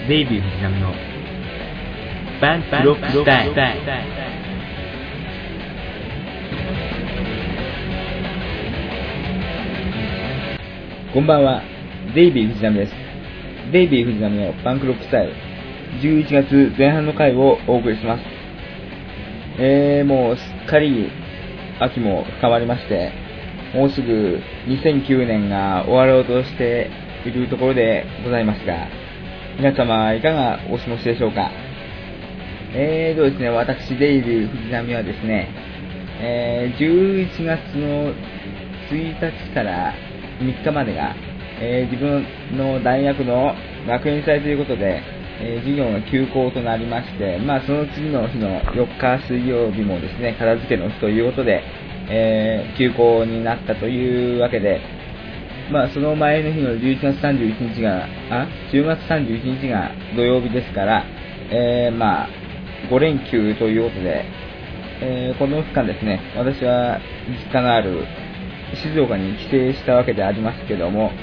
デイビー藤波のバンプロックスタイル。こんばんは、デイビー藤波です。デイビー藤波のバンクロックスタイル11月前半の回をお送りします。もうすっかり秋も深まりまして、もうすぐ2009年が終わろうとしているところでございますが、皆様いかがお過ごしでしょうか。ですね、私デイビー藤波はですね、11月の1日から3日までが、自分の大学の学園祭ということで、授業が休校となりまして、その次の日の4日水曜日もですね、片付けの日ということで、休校になったというわけで、その前の日の11月31日が、10月31日が土曜日ですから、5連休ということで、この期間ですね、私は実家のある静岡に帰省したわけでありますけども、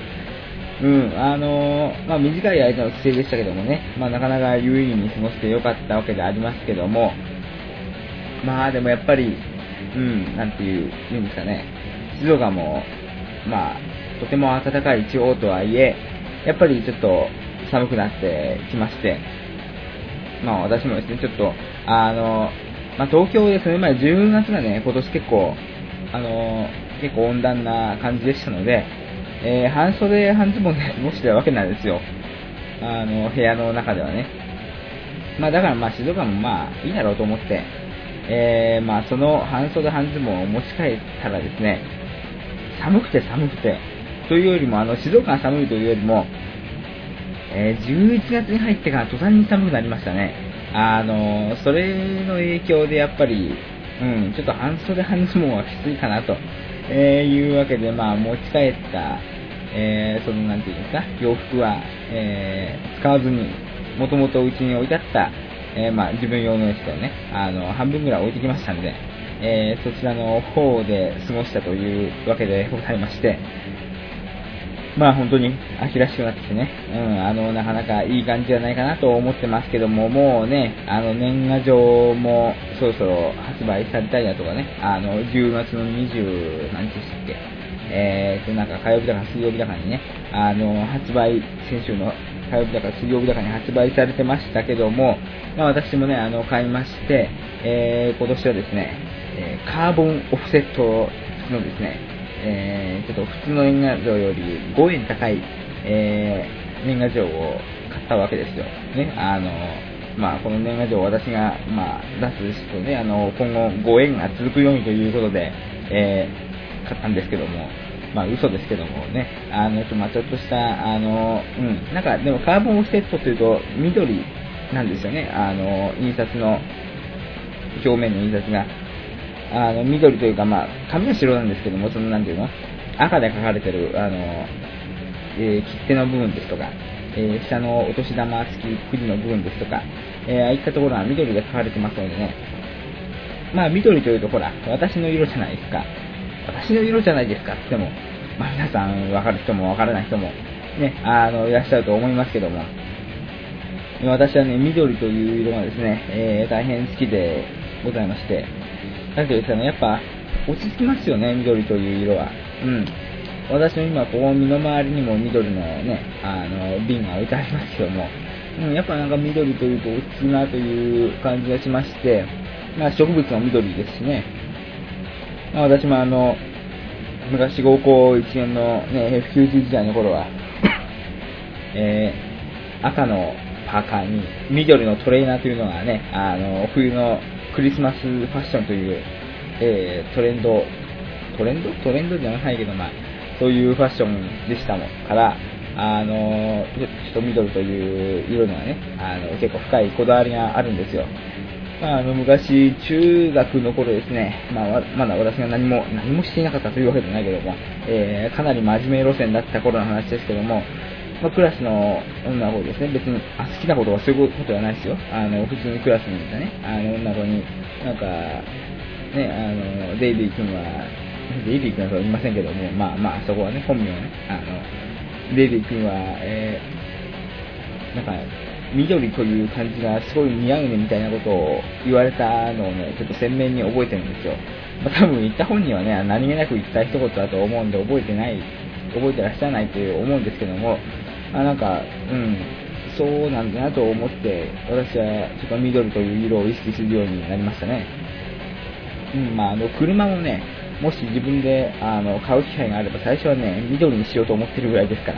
短い間の帰省でしたけどもね、なかなか有意義に過ごしてよかったわけでありますけども、でもやっぱり、なんていうんですかね、静岡も、とても暖かい地方とはいえ、やっぱりちょっと寒くなってきまして、私もですね、ちょっと、東京ですね、10月がね、今年結構温暖な感じでしたので、半袖半ズボンで過ごしてたわけなんですよ。部屋の中ではね。だから静岡もいいだろうと思って、その半袖半ズボンを持ち帰ったらですね、寒くて、というよりも、静岡が寒いというよりも、11月に入ってから途端に寒くなりましたね。それの影響でやっぱり、ちょっと半袖半ズボンはきついかなと、いうわけで、持ち帰った、なんていうんですか、洋服は、使わずに、もともとうちに置いてあった、自分用のやつをね、半分ぐらい置いてきましたんで、そちらの方で過ごしたというわけでございまして、本当に秋らしくなってきてね、なかなかいい感じじゃないかなと思ってますけども、もうね、年賀状もそろそろ発売されたりだとかね、10月の20何日でしたっけ、火曜日だか水曜日だかにね、発売、先週の火曜日だか水曜日だかに発売されてましたけども、私もね、買いまして、今年はですね、カーボンオフセットのですね、ちょっと普通の年賀状より5円高い、年賀状を買ったわけですよ。ね、この年賀状を私が、出すとね、今後5円が続くようにということで、買ったんですけども、嘘ですけどもね、ちょっとした、でもカーボンオフセットというと緑なんですよね、印刷の、表面の印刷が。緑というか、紙は白なんですけども、なんていうの、赤で書かれてる、切手の部分ですとか、下のお年玉付きくじの部分ですとか、ああいったところは緑で書かれてますのでね、緑というと、ほら、私の色じゃないですか。私の色じゃないですかって言っても、皆さん分かる人も分からない人も、ね、いらっしゃると思いますけども、私はね、緑という色がですね、大変好きでございまして、だけどですね、やっぱ落ち着きますよね、緑という色は。私の今ここ身の回りにも緑のね、瓶が置いてありますけども、やっぱ緑というと落ち着くなという感じがしまして、植物も緑ですしね。私も昔高校1年のね、F91 時代の頃は、赤のパーカーに緑のトレーナーというのがね、冬のクリスマスファッションという、トレンドじゃないけど、そういうファッションでしたから、ちょっと緑という色にはね、結構深いこだわりがあるんですよ。昔、中学の頃ですね、まだ私が何もしていなかったというわけじゃないけども、かなり真面目路線だった頃の話ですけども、クラスの女の子ですね、別に好きなことはそういうことではないですよ。普通にクラスにいたね、女の子に、デイビー君はとは言いませんけども、そこはね、本名はね、デイビー君は、 緑という感じがすごい似合うねみたいなことを言われたのをね、ちょっと鮮明に覚えてるんですよ。多分言った本人はね、何気なく言った一言だと思うんで覚えてらっしゃらないと思うんですけども、なんか、そうなんだなと思って、私はちょっと緑という色を意識するようになりましたね。車もね、もし自分で買う機会があれば最初はね、緑にしようと思ってるぐらいですから。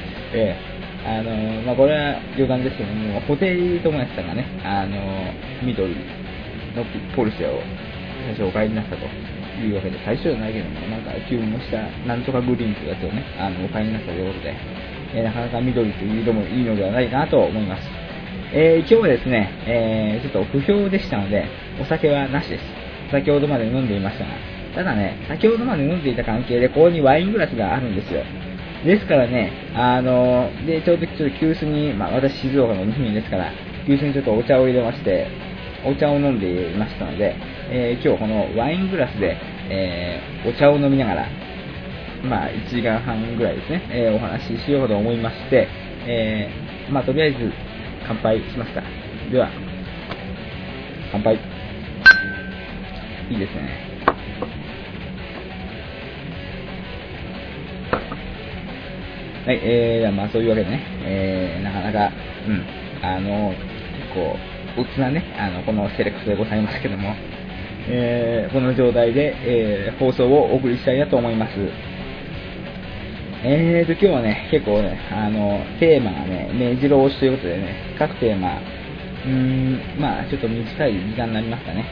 これは余談ですけども、布袋寅泰さんがね、緑のポルシェを最初お買いになったというわけで、最初じゃないけども、なんか注文したなんとかグリーンというやつをね、お買いになったということで、なかなか緑という色もいいのではないかなと思います。今日はですね、ちょっと不評でしたので、お酒はなしです。先ほどまで飲んでいましたが、ただね、先ほどまで飲んでいた関係で、ここにワイングラスがあるんですよ。ですからね、で、ちょっと急須に、私静岡の三姫ですから、急須にちょっとお茶を入れまして、お茶を飲んでいましたので、今日このワイングラスで、お茶を飲みながら、1時間半ぐらいですね、お話ししようと思いまして、とりあえず乾杯しますか。では、乾杯。いいですね。はい、そういうわけでね、なかなか、結構、うつなね、このセレクトでございますけども、この状態で、放送をお送りしたいなと思います。今日はね、結構ね、テーマがね、目白押しということでね、各テーマ、ちょっと短い時間になりましたね。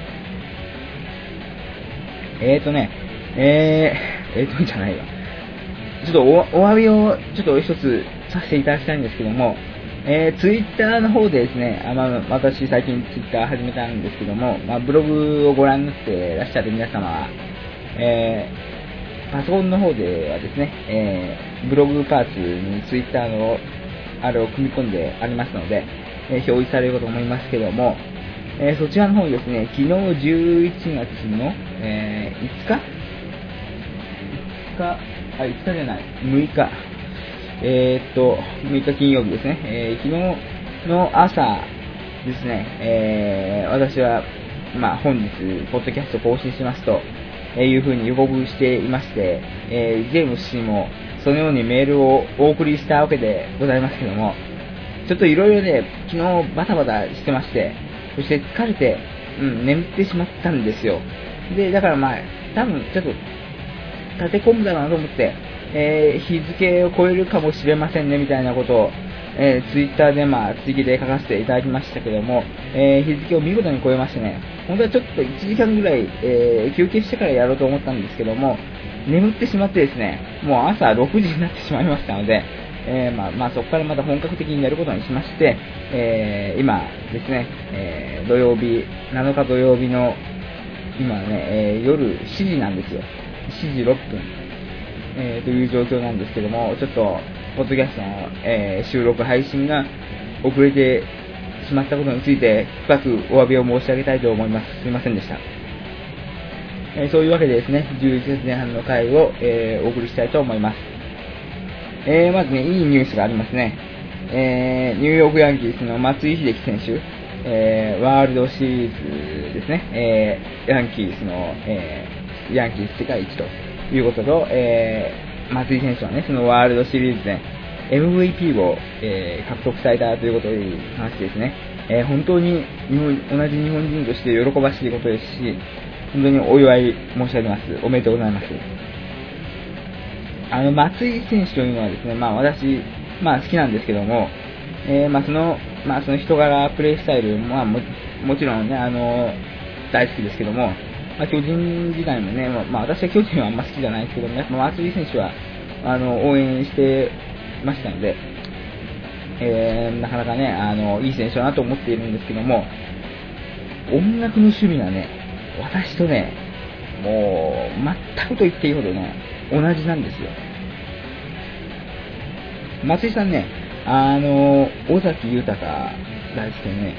じゃないわ。ちょっとお詫びをちょっと一つさせていただきたいんですけども、ツイッターの方でですね、私最近ツイッター始めたんですけども、ブログをご覧になっていらっしゃる皆様は、パソコンの方ではですね、ブログパーツにツイッターのあれを組み込んでありますので、表示されるかと思いますけども、そちらの方にですね、昨日11月の、5日じゃない、6日。6日金曜日ですね。昨日の朝ですね、私は、本日、ポッドキャスト更新しますと、いうふうに予告していまして、ジェームス氏もそのようにメールをお送りしたわけでございますけども、ちょっといろいろね、昨日バタバタしてまして、そして疲れて、眠ってしまったんですよ。で、だから多分ちょっと立て込むだろうなと思って、日付を超えるかもしれませんねみたいなことを、ツイッターで追記で書かせていただきましたけども、日付を見事に超えましてね、本当はちょっと1時間ぐらい、休憩してからやろうと思ったんですけども、眠ってしまってですね、もう朝6時になってしまいましたので、そこからまた本格的にやることにしまして、今ですね、7日土曜日の今ね、夜7時なんですよ。7時6分、という状況なんですけども、ちょっとポッドキャストの、収録配信が遅れてしまったことについて深くお詫びを申し上げたいと思います。すいませんでした。そういうわけでですね、11月前半の回を、お送りしたいと思います。まずね、いいニュースがありますね。ニューヨークヤンキースの松井秀喜選手、ワールドシリーズですね、ヤンキースの、ヤンキース世界一ということと、松井選手はね、そのワールドシリーズで MVP を、獲得されたということに関してですね、本当に同じ日本人として喜ばしいことですし、本当にお祝い申し上げます。おめでとうございます。松井選手というのはですね、私、好きなんですけども、その人柄、プレースタイル、もちろんね、大好きですけども、巨人時代もね、私は巨人はあんま好きじゃないですけども、やっぱ松井選手は、応援してましたので、なかなかね、いい選手だなと思っているんですけども、音楽の趣味がね、私とね、もう、全くと言っていいほどね、同じなんですよ。松井さんね、尾崎豊大好きでね、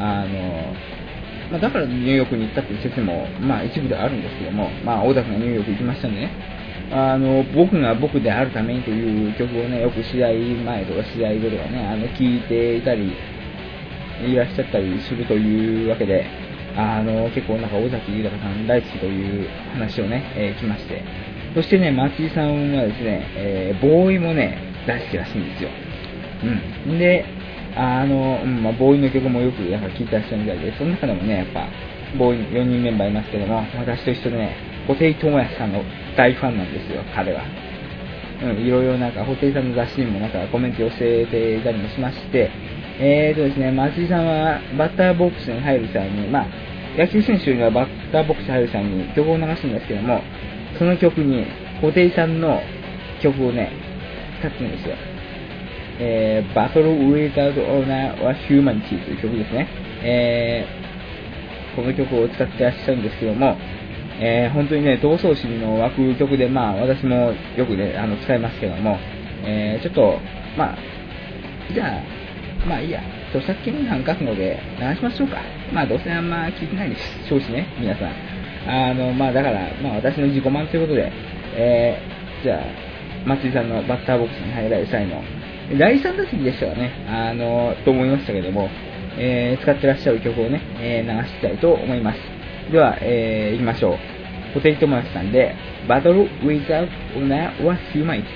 だからニューヨークに行ったっていう説も、一部ではあるんですけども、尾崎がニューヨーク行きましたんでね、僕が僕であるためにという曲をね、よく試合前とか試合後とかね、聴いていたりいらっしゃったりするというわけで、結構なんか尾崎豊さん大好きという話をね、聞きまして、そしてね、松井さんはですね、ボーイもね、大好きらしいんですよ。で、ボーイの曲もよくなんか聴いてらっしゃるみたいで、その中でもね、やっぱ、ボーイ4人メンバーいますけども、私と一緒でね、布袋寅泰さんの大ファンなんですよ、彼は。いろいろなんか、布袋さんの雑誌にもなんかコメント寄せていたりもしまして、ですね、松井さんはバッターボックスに入る際に、野球選手がバッターボックスに入る際に曲を流すんですけども、その曲に布袋さんの曲をね、使ってるんですよ。バトルウィザードオーナーはヒューマニティという曲ですね。この曲を使ってらっしゃるんですけども、本当にね、闘争心の湧く曲で、私もよくね、使いますけども、ちょっと、じゃあ、いいや、著作権違反書くので流しましょうか。どうせあんま聞いてないでしょうしね、皆さん。だから、私の自己満ということで、じゃあ、松井さんのバッターボックスに入られる際の、第3打席でしたかね、と思いましたけども、使ってらっしゃる曲をね、流したいと思います。では、行きましょう。布袋寅泰さんで、Battle Without Honor or Humanity。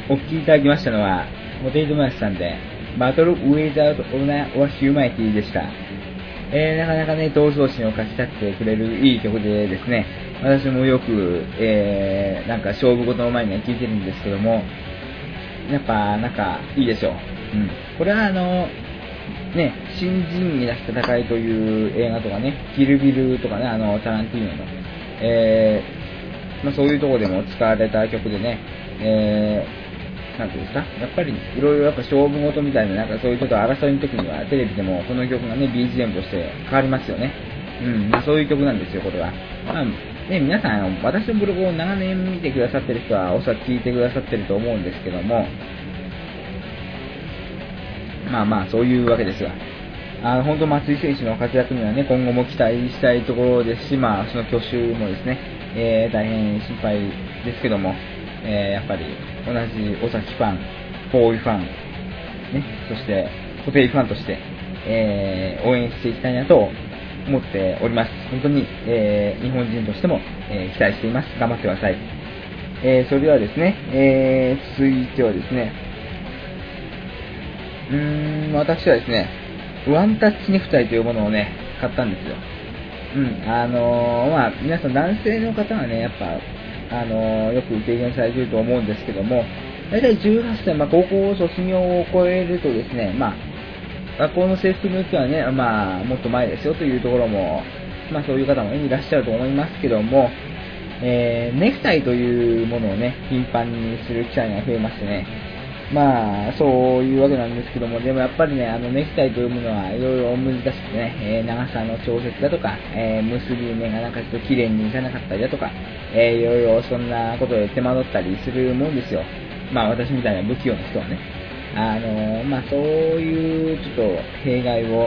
お聞きいただきましたのは、モテイトマスさんで、バトルウィザード・オブ・ナ・オア・ヒューマイティでした。なかなかね、闘争心をかき立ててくれるいい曲でですね、私もよく、なんか勝負事の前には聴いてるんですけども、やっぱ、なんか、いいでしょう。うん。これはね、新人義なき戦いという映画とかね、キルビルとかね、タランティーノの、そういうところでも使われた曲でね、なんていうんですか、やっぱりいろいろやっぱ勝負事みたいな、なんかそういうことを争いの時にはテレビでもこの曲がね、BGM として変わりますよね。そういう曲なんですよ、これは。皆さん、私のブログを長年見てくださってる人はおそらく聞いてくださってると思うんですけども、そういうわけですが、本当松井選手の活躍にはね、今後も期待したいところですし、その去就もですね、大変心配ですけども、やっぱり同じ尾崎ファン、ボーイファン、ね、そして固定ファンとして、応援していきたいなと思っております。本当に、日本人としても、期待しています。頑張ってください。それではですね、続いてはですね、私はですね、ワンタッチネクタイというものをね、買ったんですよ。皆さん男性の方はね、やっぱ、よく経験されていると思うんですけども、大体18歳、高校卒業を超えるとですね、学校の制服によってはね、もっと前ですよというところも、そういう方も、いらっしゃると思いますけども、ネクタイというものをね、頻繁にする機会が増えましてね、そういうわけなんですけども、でもやっぱりね、ネクタイというものはいろいろ難しくてね、長さの調節だとか、結び目がなんかちょっと綺麗にいかなかったりだとか、いろいろそんなことで手間取ったりするもんですよ。私みたいな不器用な人はね。そういうちょっと弊害を、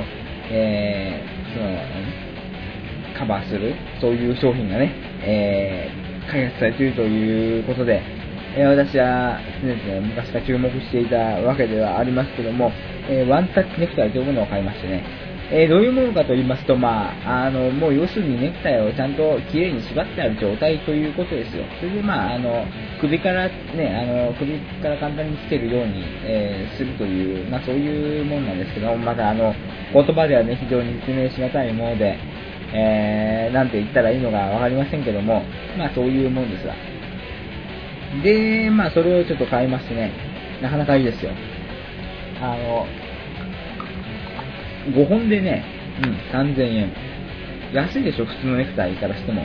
カバーする、そういう商品がね、開発されているということで、私は常々昔から注目していたわけではありますけども、ワンタッチネクタイというものを買いましてね、どういうものかと言いますと、もう要するにネクタイをちゃんときれいに縛ってある状態ということですよ。それで首からね、首から簡単につけるように、するという、そういうものなんですけども、まだ言葉ではね、非常に説明しがたいもので、なんて言ったらいいのかわかりませんけども、そういうものですが。で、それをちょっと買いましてね、なかなかいいですよ。5本でね、3000円。安いでしょ、普通のネクタイからしても。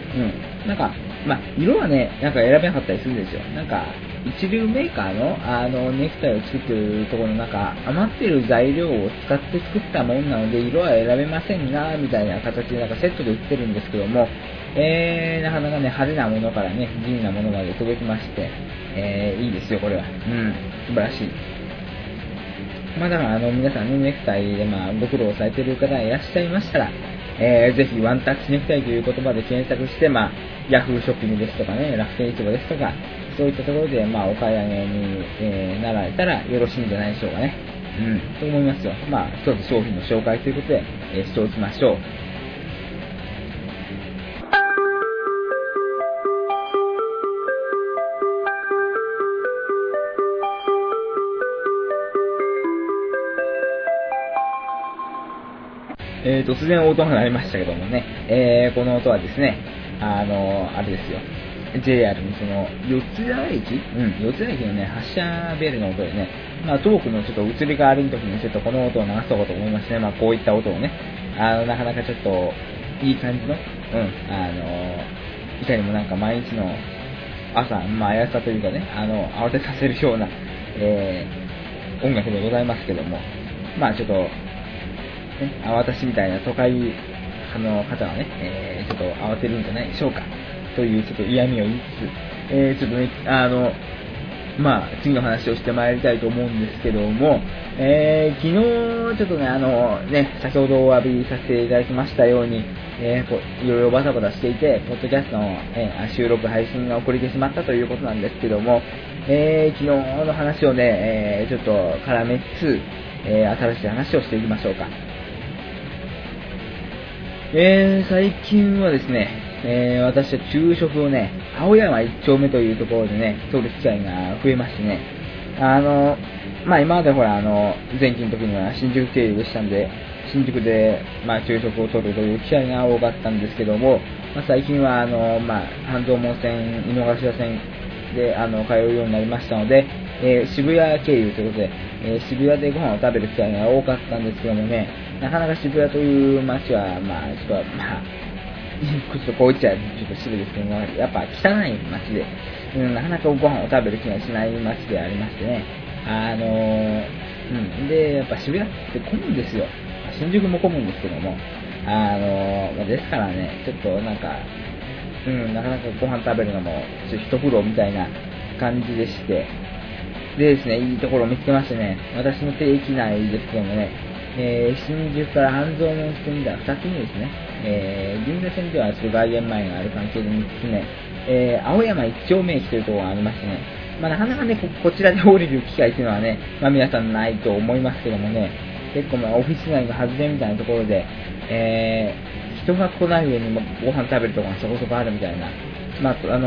色はね、選べなかったりするんですよ。一流メーカーの、ネクタイを作ってるところの余ってる材料を使って作ったものなので、色は選べませんが、みたいな形でセットで売ってるんですけども、なかなかね、派手なものからね、地味なものまで届きまして、いいですよ、これは。素晴らしい。だから皆さんね、ネクタイでご苦労されている方がいらっしゃいましたら、ぜひワンタッチネクタイという言葉で検索して、ヤフーショッピングですとかね、楽天市場ですとか、そういったところで、お買い上げに、なられたらよろしいんじゃないでしょうかね。と思いますよ。一つ商品の紹介ということで、しておきましょう。突然音が鳴りましたけどもね、この音はですね、あれですよ。JR のその、四ツ谷駅四ツ谷駅のね、発車ベルの音でね、トークのちょっと移り変わりの時にちょっとこの音を流そうかと思いましてね、こういった音をね、なかなかちょっと、いい感じの、いかにも毎日の朝、毎朝というかね、慌てさせるような、音楽でございますけども、ちょっと、私みたいな都会の方はね、ちょっと慌てるんじゃないでしょうかというちょっと嫌味を言いつつ、ちょっとね、次の話をしてまいりたいと思うんですけども、昨日ちょっとね、先ほどお詫びさせていただきましたように、いろいろバタバタしていて、ポッドキャストの、収録配信が遅れてしまったということなんですけども、昨日の話をね、ちょっと絡めつつ、新しい話をしていきましょうか。最近はですね、 私は昼食をね、青山一丁目というところでね、取る機会が増えましてね、今までほら、前期の時には新宿経由でしたんで、新宿で、昼食を取るという機会が多かったんですけども、最近は、半蔵門線、井の頭線で、通うようになりましたので、渋谷経由ということで、渋谷でご飯を食べる機会が多かったんですけどもね、なかなか渋谷という街は、ちょっとこう言っちゃちょっと失礼ですけども、やっぱ汚い街で、なかなかご飯を食べる気がしない街でありましてね、で、やっぱ渋谷って混むんですよ。新宿も混むんですけども、ですからね、ちょっとなんか、なかなかご飯食べるのも、ちょっと一苦労みたいな感じでして、でですね、いいところを見つけましてね、私の定期内ですけどもね、新宿から半蔵門線では2つ目ですね、銀座線ではちょっと外苑前がある関係で3つ目、青山一丁目駅というところがありましてね、なかなかね、こちらで降りる機会というのはね、皆さんないと思いますけどもね、結構オフィス内の外れみたいなところで、人が来ない上にご飯食べるところがそこそこあるみたいな、すいません、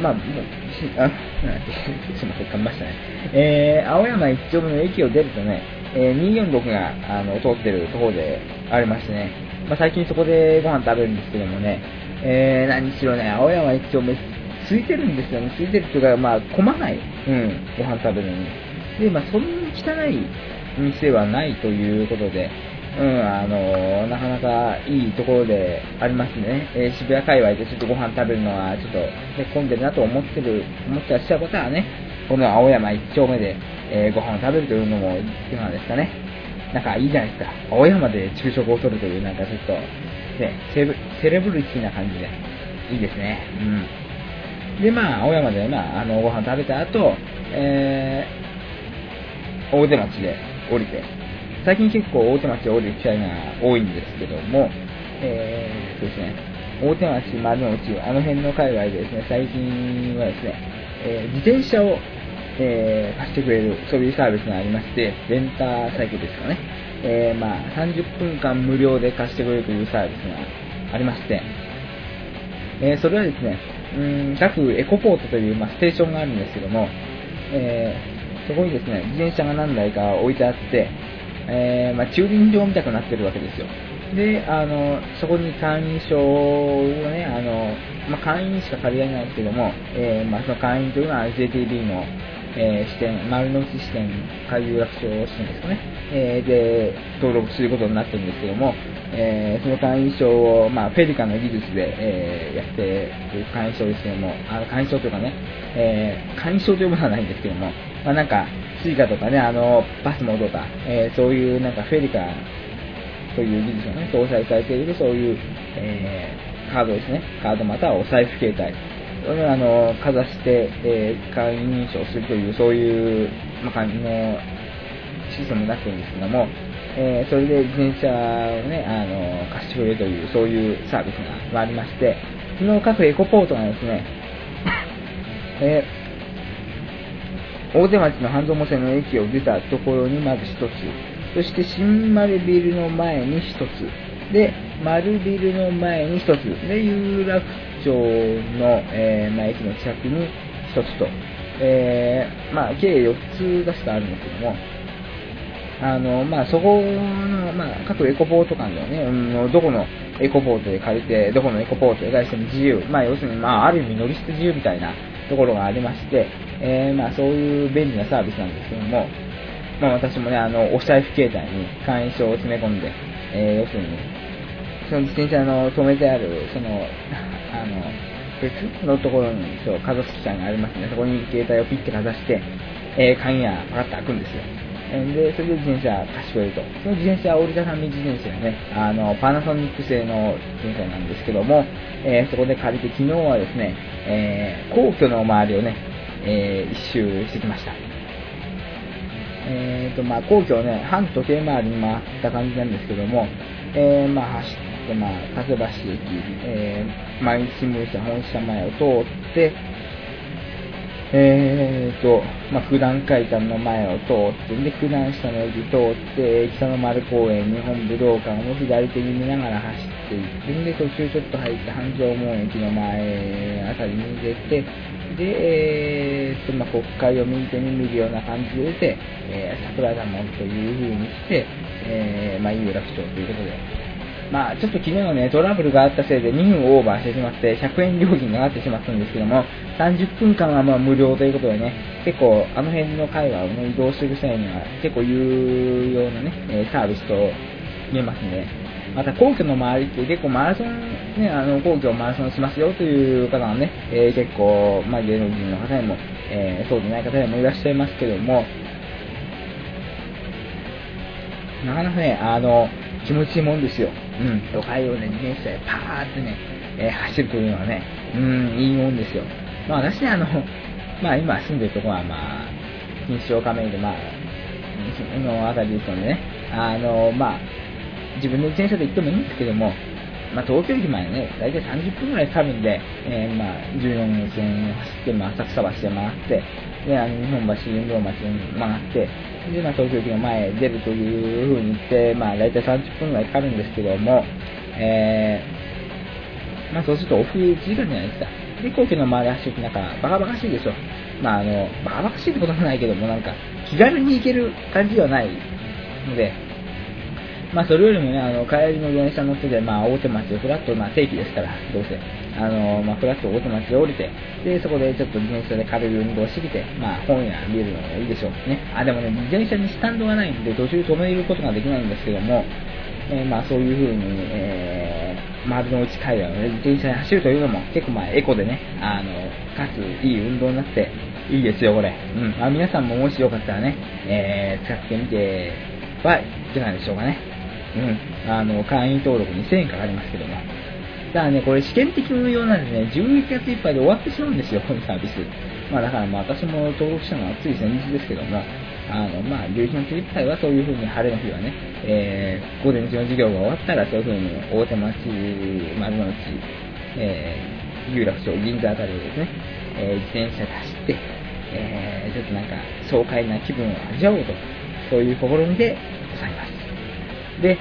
噛みましたね。青山一丁目の駅を出るとね、246が通ってるところでありましてね、最近そこでご飯食べるんですけどもね、何しろね、青山一丁目空いてるんですよね。空いてるというか、混まない、ご飯食べるのに。で、そんなに汚い店はないということで、なかなかいいところでありますね。渋谷界隈でちょっとご飯食べるのはちょっと、混んでるなと思ってらっしゃる方はね、この青山一丁目で、ご飯を食べるというのもいかがですかね。なんかいいじゃないですか。青山で昼食をとるという、なんかちょっと、ね、セレブリティな感じで、いいですね。で、青山で、ご飯食べた後、大手町で降りて、最近結構大手町で降りる機会が多いんですけども、ですね、大手町、丸の内、あの辺の界隈でですね、最近はですね、自転車を、貸してくれる、そういうサービスがありまして、レンターサイクルですかね、30分間無料で貸してくれるというサービスがありまして、それはですね、各エコポートという、ステーションがあるんですけども、そこにですね、自転車が何台か置いてあって、駐輪場みたくなってるわけですよ。で、そこに会員証をね、会員しか借りられないんですけども、その会員というのは JTB の、支店、丸の内支店、海遊楽町支店ですかね、で、登録することになってるんですけども、その会員証を、フェリカの技術で、やっている会員証ですけども、会員証というかね、会員証というものはないんですけども、なんか、スイカとかね、パスモとか、そういうなんかフェリカという技術がね、搭載されているそういう、カードですね。カードまたはお財布携帯。それをかざして、会員認証するという、そういう、感じのシステムになってるんですけども、それで自転車をね、貸してくれるという、そういうサービスがありまして、その各エコポートがですね、大手町の半蔵門線の駅を出たところにまず一つ、そして新丸ビルの前に一つ、で、丸ビルの前に一つ、で、有楽町の、駅の近くに一つと、計4つ確かあるんですけども、そこの、各エコポート間ではね、どこのエコポートで借りて、どこのエコポートで返しても自由、要するに、ある意味乗り捨て自由みたいなところがありまして、そういう便利なサービスなんですけども、私もね、お財布携帯に会員証を詰め込んで、要するに、その自転車の止めてある、別のところにかざす機械がありますね。そこに携帯をピッてかざして、鍵がパカッと開くんですよ。で、それで自転車貸してくれると。その自転車は折りたたみ自転車でね、パナソニック製の自転車なんですけども、そこで借りて昨日はですね、皇居の周りをね、一周してきました。皇居をね、半時計回りに回った感じなんですけども、走って、加瀬橋駅、毎日新聞社本社前を通って、九段会館の前を通って、で、九段下の駅通って、北の丸公園、日本武道館を左手に見ながら走っっていくんで、途中ちょっと入って半蔵門駅の前あたりに出て、で、国会を右手に見るような感じで出て、桜田門という風にして、有楽町ということで、ちょっと昨日のね、トラブルがあったせいで2分オーバーしてしまって、100円料金が上がってしまったんですけども、30分間は無料ということでね、結構あの辺の会話をね、移動する際には結構有用なね、サービスと言えますね。また皇居の周りって結構マラソン、ね、皇居をマラソンしますよという方がね、結構、芸能人の方にも、そうでない方にもいらっしゃいますけども、なかなかね、気持ちいいもんですよ。都会をね、自転車でパーってね、走るというのはね、いいもんですよ。私ね、今住んでるところは、錦糸町亀戸、のあたりですのでね、自分の自転車で行ってもいいんですけども、東京駅までね、だいたい30分くらいかかるんで、14号線走って、浅草橋で回って、で、日本橋、運動町に回って、で、東京駅の前へ出るという風に言って、だいたい30分くらいかかるんですけども、そうすると往復1時間じゃないですか。で、皇居の周り走るとバカバカしいでしょ。バカバカしいってことはないけども、気軽に行ける感じではないので、それよりもね、帰りの電車乗ってて、大手町でフラット、定期ですから、どうせ。フラット大手町で降りて、で、そこでちょっと自転車で軽い運動してきて、本屋見るのがいいでしょうね。でもね、自転車にスタンドがないんで、途中止めることができないんですけども、そういう風に、丸の内界隈をね、自転車で走るというのも、結構エコでね、かついい運動になって、いいですよ、これ。皆さんももしよかったらね、使ってみてはいかがでしょうかね。会員登録に1000円かかりますけども。ただね、これ試験的運用なんでね、11月いっぱいで終わってしまうんですよ、このサービス。だから私も登録したのはつい先日ですけども、11月いっぱいはそういう風に晴れの日はね、午前中の授業が終わったらそういう風に大手町、丸の内、有楽町、銀座あたりをですね、自転車で走って、ちょっと爽快な気分を味わおうと、そういう試みでございます。で、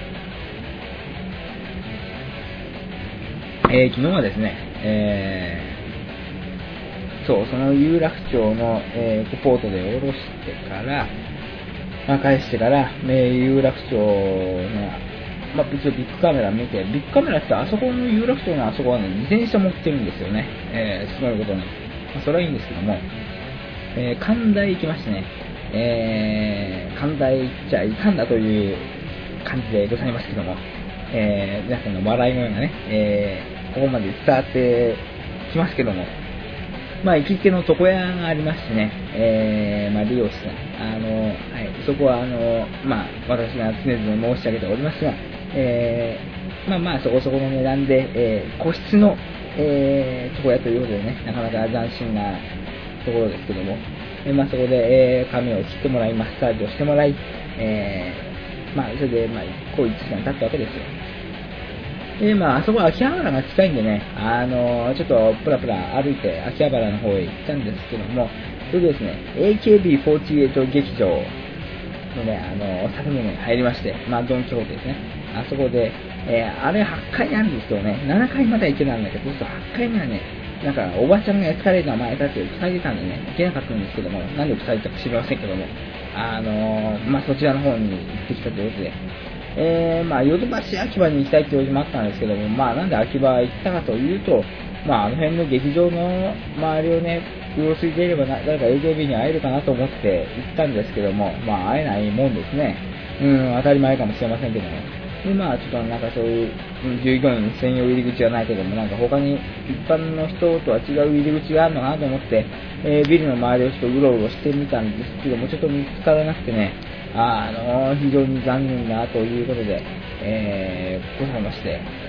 昨日はですね、その有楽町の、ポートで降ろしてから、返してから、有楽町の、一応ビッグカメラ見て、ビッグカメラってあそこの有楽町のあそこはね、自転車持ってるんですよね。すごいことに。それはいいんですけども、神田へ行きましてね、神田へ行っちゃいかんだという感じでございますけども、皆さんの笑いのようなね、ここまで伝わってきますけども、行きつけの床屋がありましてね、利用して、そこは私が常々申し上げておりますが、そこそこの値段で、個室の、床屋ということでね、なかなか斬新なところですけども、そこで、髪を切ってもらい、マッサージをしてもらい、それで、1時間経ったわけですよ。で、あそこは秋葉原が近いんでね、ちょっとプラプラ歩いて秋葉原の方へ行ったんですけども、それでですね、AKB48 劇場のね、建物に入りまして、ドンキホーテですね。あそこで、あれ8階にあるんですけどね、7階まで行けたんだけど、8階にはね、おばちゃんがエスカレーター前立って塞いでたんでね、行けなかったんですけども、なんで塞いでたか知りませんけども、そちらの方に行ってきたということで、ヨドバシ秋葉に行きたいって用事もあったんですけども、なんで秋葉行ったかというと、あの辺の劇場の周りをね、うろついていれば誰か AKB に会えるかなと思って行ったんですけども、会えないもんですね。当たり前かもしれませんけども。で、ちょっとそういう、従業員専用入り口はないけども、他に一般の人とは違う入り口があるのかなと思って、ビルの周りをちょっとうろうろしてみたんですけども、ちょっと見つからなくてね、非常に残念だということで、ございまして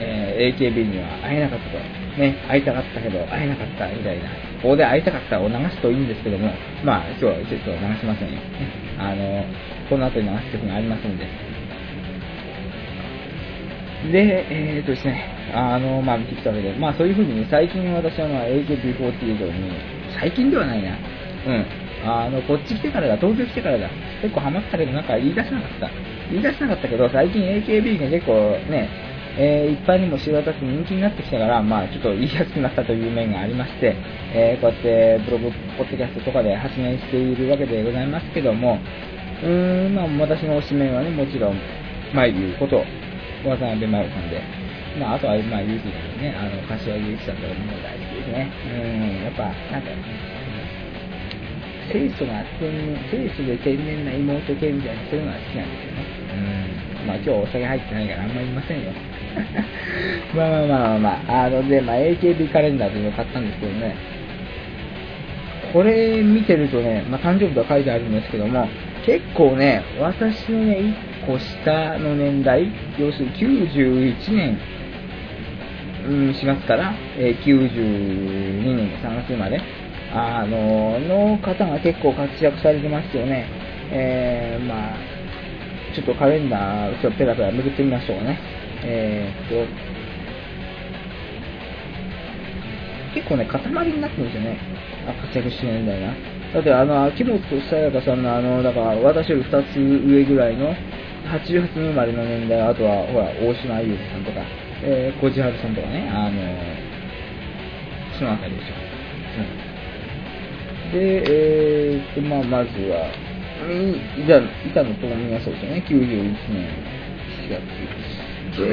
、AKB には会えなかったと。ね、会いたかったけど会えなかったみたいな。ここで会いたかったを流すといいんですけども、今日はちょっと流しませんよ。この後に流す曲がありますので。で、ですね、見てきたわけで、そういう風に、最近私はAKB48 に、最近ではないな。こっち来てからだ、東京来てからだ。結構ハマったけど、言い出せなかったけど、最近 AKB が結構ね、 一般にも知れ渡って人気になってきたから、まあちょっと言いやすくなったという面がありまして、こうやってブログ、ポッドキャストとかで発言しているわけでございますけども、まあ私の推しメンはね、もちろん、まゆうこと、渡辺真由さんで、まああとは、まあ YouTube でね、柏木由紀さんとかも大好きですね。やっぱ、なんか、清楚で天然な妹系みたいな、そういうのが好きなんですよね。まあ今日お酒入ってないからあんまり言いませんよ。で、AKB カレンダーというのを買ったんですけどね、これ見てるとね、誕生日とは書いてあるんですけども、結構ね、私のね、1個下の年代、要するに91年、4月から、92年の3月まで、の方が結構活躍されてますよね。ちょっとカレンダー、ちょっとペラペラめくってみましょうね。結構ね、塊になってるんですよね。活躍してる年代が。だって秋元さやかさんの、だから私より2つ上ぐらいの、88年生まれの年代、あとは、ほら、大島優子さんとか、小路春さんとかね、そのあたりでしょ。で、まずは、板野友美がそうですよね、91年4月。で、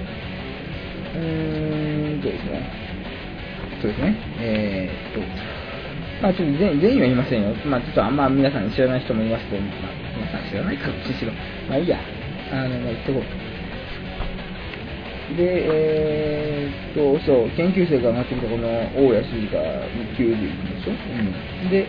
ですね。そうですね。ちょっと全員は言いませんよ。ちょっとあんま皆さん知らない人もいますけど、皆さん知らないかもしれない。いいや。言っとこう。で、そう、研究生が上がってきたこの大谷静香91でしょ。で、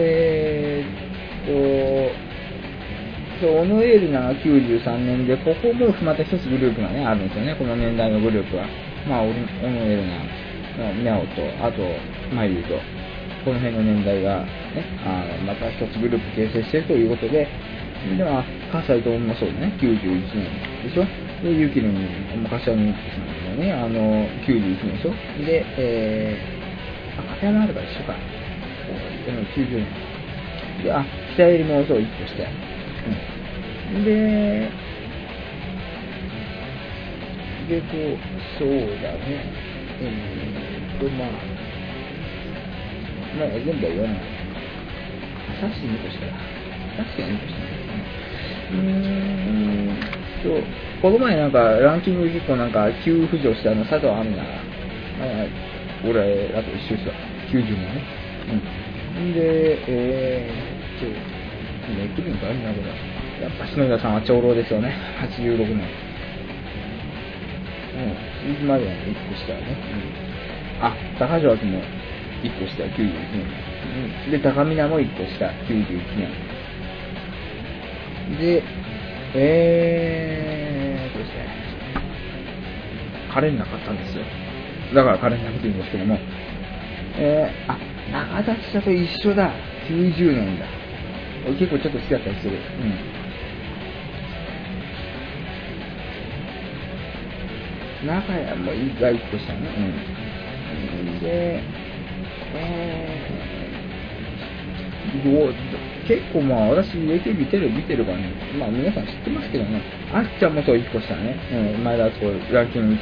オノエールナが93年で、ここもまた一つグループがね、あるんですよね、この年代のグループは。オノエールナ、ミャオと、あと、マユと、この辺の年代が、ね、また一つグループ形成しているということで、では、葛西ともそうだね、91年でしょ。で、ユキの柏木由紀さんもね、91年でしょ。で、片山あるから一緒か。90年。で、北入りもそう、1個して。で、そうだね。全部は言わない。サッシ2個したら。サッシが2個したね。この前なんかランキング結構なんか急浮上して佐藤亜美が、俺らと一緒ですわ。90年ね。で、めくるのかあるな、これ。やっぱ篠田さんは長老ですよね。86年。いつまでは1個下ね。高城明も1個下、91年。で、高見菜も1個下、91年。で、ですね。カレンダー買ったんですよ。だからカレンダー見てるんですけども。中田千と一緒だ。90年だ。結構ちょっと好きだったりする。中谷も意外としたね。で、結構私 AKB テレビ見てるからね、皆さん知ってますけどね、あっちゃんもそう1個したね、前田敦子ランキング1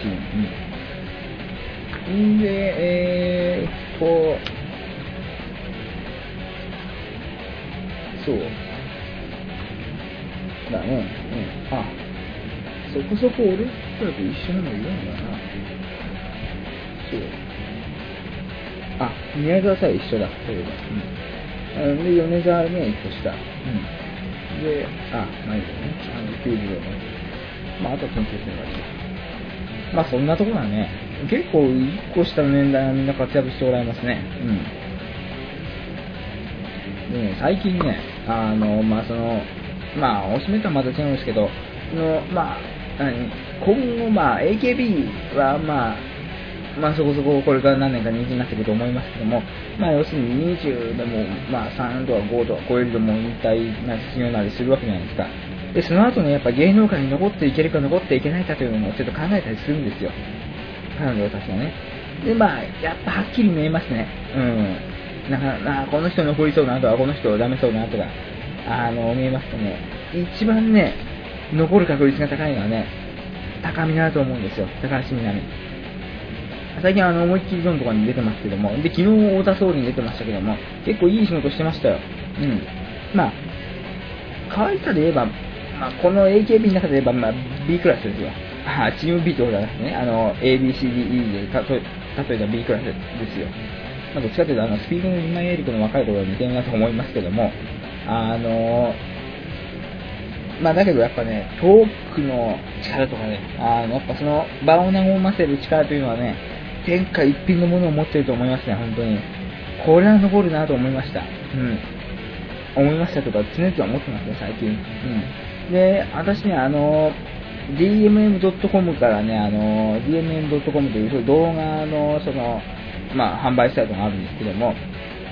位。で、そうだね、そこそこ俺らと一緒なのいるんだな。そう。宮沢さえ一緒だ。そういえば。で、米沢ね、1個下。で、いいよね。94年。あとは研究生がいる。そんなところだね。結構1個下の年代はみんな活躍しておられますね。でね、最近ね、おしめとはまた違うんですけど、今後AKB はそこそここれから何年か人気になってくると思いますけども、要するに20でも3とか5とか超えるともう引退な卒業なりするわけじゃないですか。で、その後ね、やっぱ芸能界に残っていけるか残っていけないかというのもちょっと考えたりするんですよ。彼女たちはね。で、やっぱはっきり見えますね。この人残りそうなとか、この人ダメそうなとか、見えますとね、一番ね、残る確率が高いのはね、 高見だと思うんですよ、高橋みなみ。最近思いっきりゾーンとかに出てますけども、で、昨日太田総理に出てましたけども、結構いい仕事してましたよ。うん。まあ、可愛さで言えば、まあ、この AKB の中で言えば、まあ、B クラスですよ。チーム B ってことなんですね。ABCDE で例えば B クラスですよ。まあ、どっちかというと、スピードの今井絵理子の若い頃に似てるなと思いますけども、まあ、だけどやっぱね、トークの力とかね、やっぱその場を和ませる力というのはね、天下一品のものを持っていると思いますね、本当に。これは残るなと思いました。思いましたとか、常々思ってますね、最近。で、私ね、DMM.com からね、DMM.com というそういう動画の、まあ、販売サイトがあるんですけども、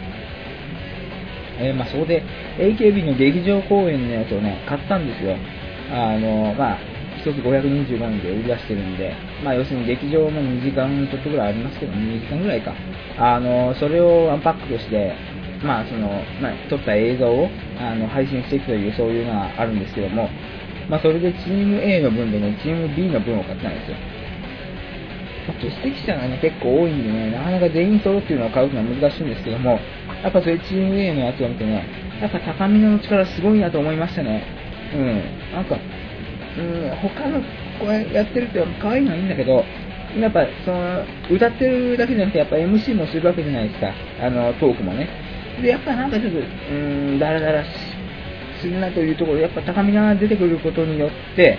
まあ、そこで AKB の劇場公演のやつをね、買ったんですよ。まあ、一つ525円で売り出してるんで、まあ、要するに劇場の2時間ちょっとぐらいありますけど、2時間ぐらいか。それをワンパックとして、まあ、撮った映像を、配信していくという、そういうのがあるんですけども、まあ、それでチーム A の分でね、チーム B の分を買ったんですよ。欠席者がね、結構多いんでね、なかなか全員揃っていうのを買うのは難しいんですけども、やっぱそういうチーム A のやつを見てね、やっぱ高見の力すごいなと思いましたね。なんか、他の子やってるって可愛いのはいいんだけど、やっぱ歌ってるだけじゃなくて、やっぱ MC もするわけじゃないですか。トークもね。で、やっぱなんかちょっと、ダラダラするなというところで、やっぱ高見が出てくることによって、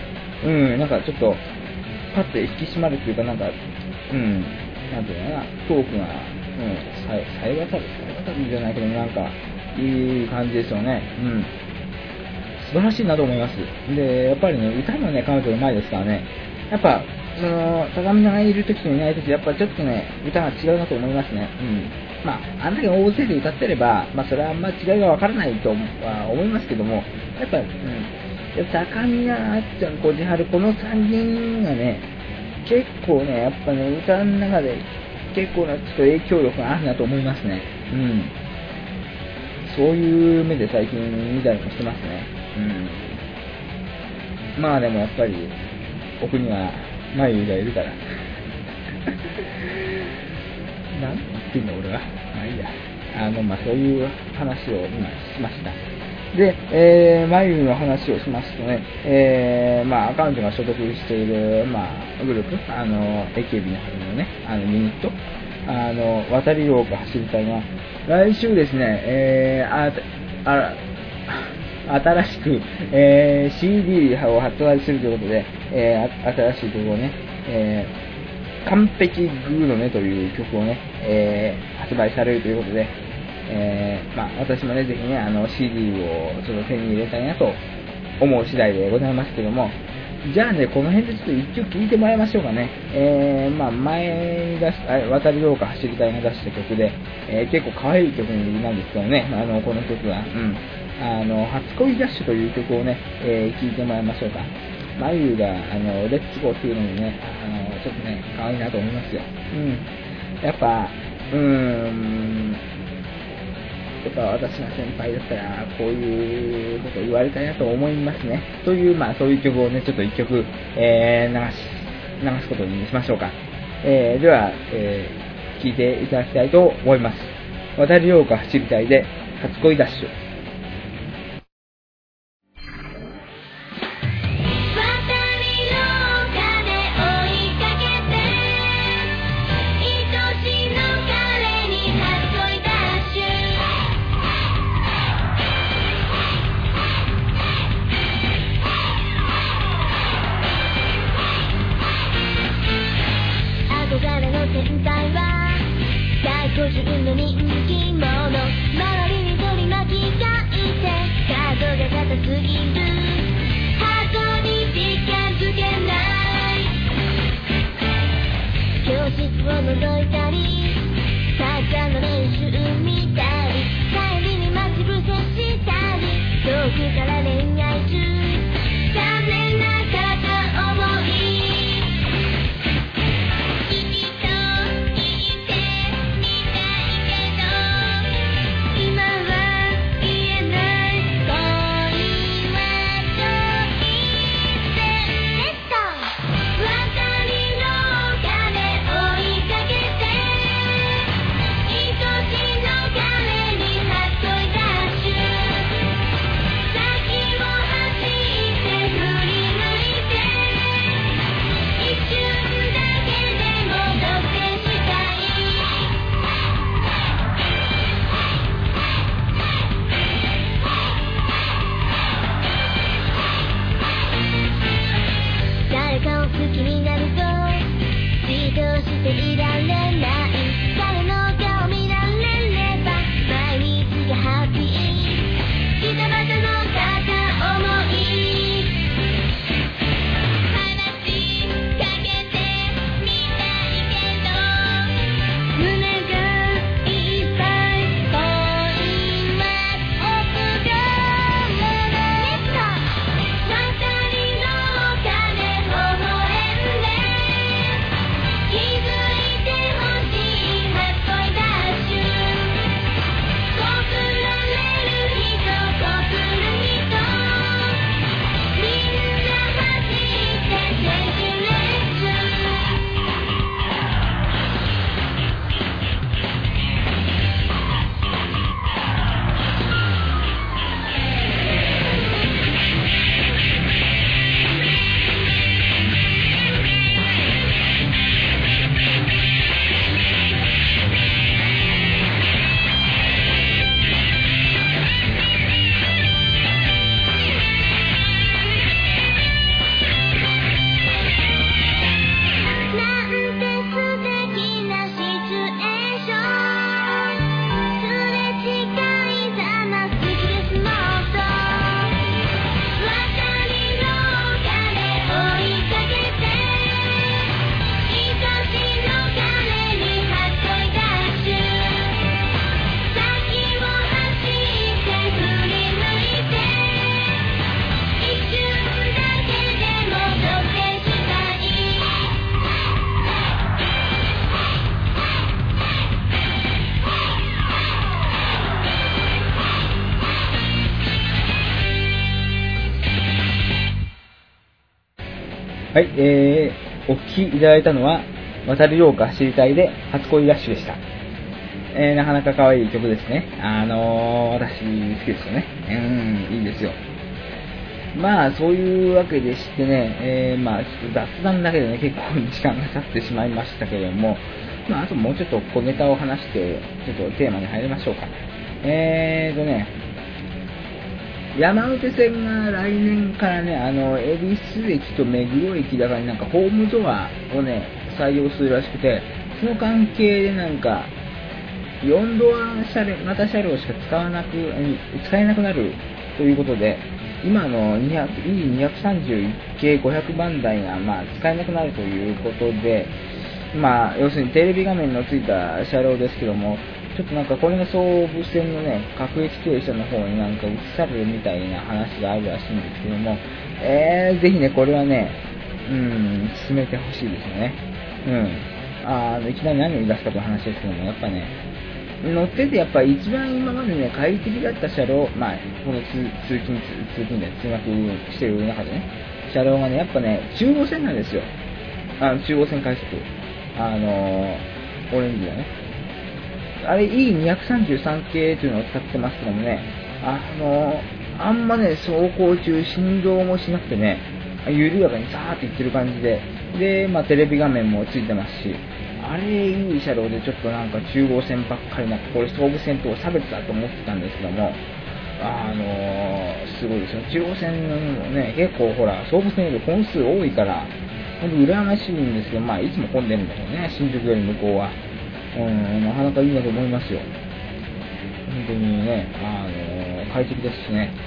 なんかちょっと、パッと引き締まるっていうか、なんか、なんていうのかな、トークが、さえ渡るじゃないけど、なんか、いい感じですよね。素晴らしいなと思います。で、やっぱりね、歌もね、彼女うまいですからね、やっぱ、高見がいる時といない時、やっぱちょっとね、歌が違うなと思いますね。まあ、あんだけ大勢で歌ってれば、まあ、それはあんま違いがわからないとは思いますけども、やっぱ、高見やあっちゃん、こじはる、この3人がね、結構ね、やっぱね、歌の中で結構なちょっと影響力があるなと思いますね。そういう目で最近見たりもしてますね。まあでもやっぱり、奥には眉がいるから。なんて言ってんの俺は。まあいいや。まあそういう話を今しました。で、眉の話をしますとね、まあ彼女が所属している、まあグループ、AKB の春のね、ユニット、渡り廊下走りたいが、来週ですね、新しく、CD を発売するということで、新しい曲をね、完璧グーのねという曲をね、発売されるということで、まあ、私もね、ぜひね、CD をちょっと手に入れたいなと思う次第でございますけども、じゃあね、この辺でちょっと一曲聴いてもらいましょうかね。まあ、前に渡り廊下走りたいが出した曲で、結構可愛い曲なんですけどね、この曲は、初恋ダッシュという曲をね、聴いてもらいましょうか。まゆが、レッツゴーっていうのもね、ちょっとね、可愛いなと思いますよ。やっぱ私が先輩だったら、こういうことを言われたいなと思いますね。という、まあ、そういう曲をね、ちょっと一曲、流すことにしましょうか。では、聴いていただきたいと思います。渡り廊下走りたいで、初恋ダッシュ。 天才は外国人の人気者、周りに取り巻きがはい、お聞きいただいたのは、渡り廊下知りたいで初恋ラッシュでした。なかなか可愛い曲ですね。私好きですよね。いいですよ。まあ、そういうわけでしてね、まあ、ちょっと雑談だけでね、結構時間が経ってしまいましたけれども、まあ、あともうちょっと小ネタを話して、ちょっとテーマに入りましょうか。山手線が来年からね、恵比寿駅と目黒駅だからなんかホームドアをね、採用するらしくて、その関係でなんか、4ドア型車両しか使えなくなるということで、今のE231 系500番台が、まあ、使えなくなるということで、まあ、要するにテレビ画面のついた車両ですけども、ちょっとなんかこれが総武線のね、各駅停車の方になんか移されるみたいな話があるらしいんですけども、ぜひね、これはね、進めてほしいですよね。いきなり何を言い出すかという話ですけども、やっぱね、乗っててやっぱ一番今までね、快適だった車両、まあ、この通勤で通学してる中でね、車両がね、やっぱね、中央線なんですよ。中央線快速。オレンジだね。あれ E233 系というのを使ってますけどもね、あんまね、走行中振動もしなくてね、緩やかにさーっていってる感じで、で、まあテレビ画面もついてますし、あれいい車両でちょっとなんか中央線ばっかりなんかこれ総武線と差別だと思ってたんですけども、すごいですよ。中央線もね、結構ほら、総武線より本数多いから、ほんと羨ましいんですけど、まあいつも混んでるんだけどね、新宿より向こうは。なかなかいいなと思いますよ。本当にね、快適ですしね。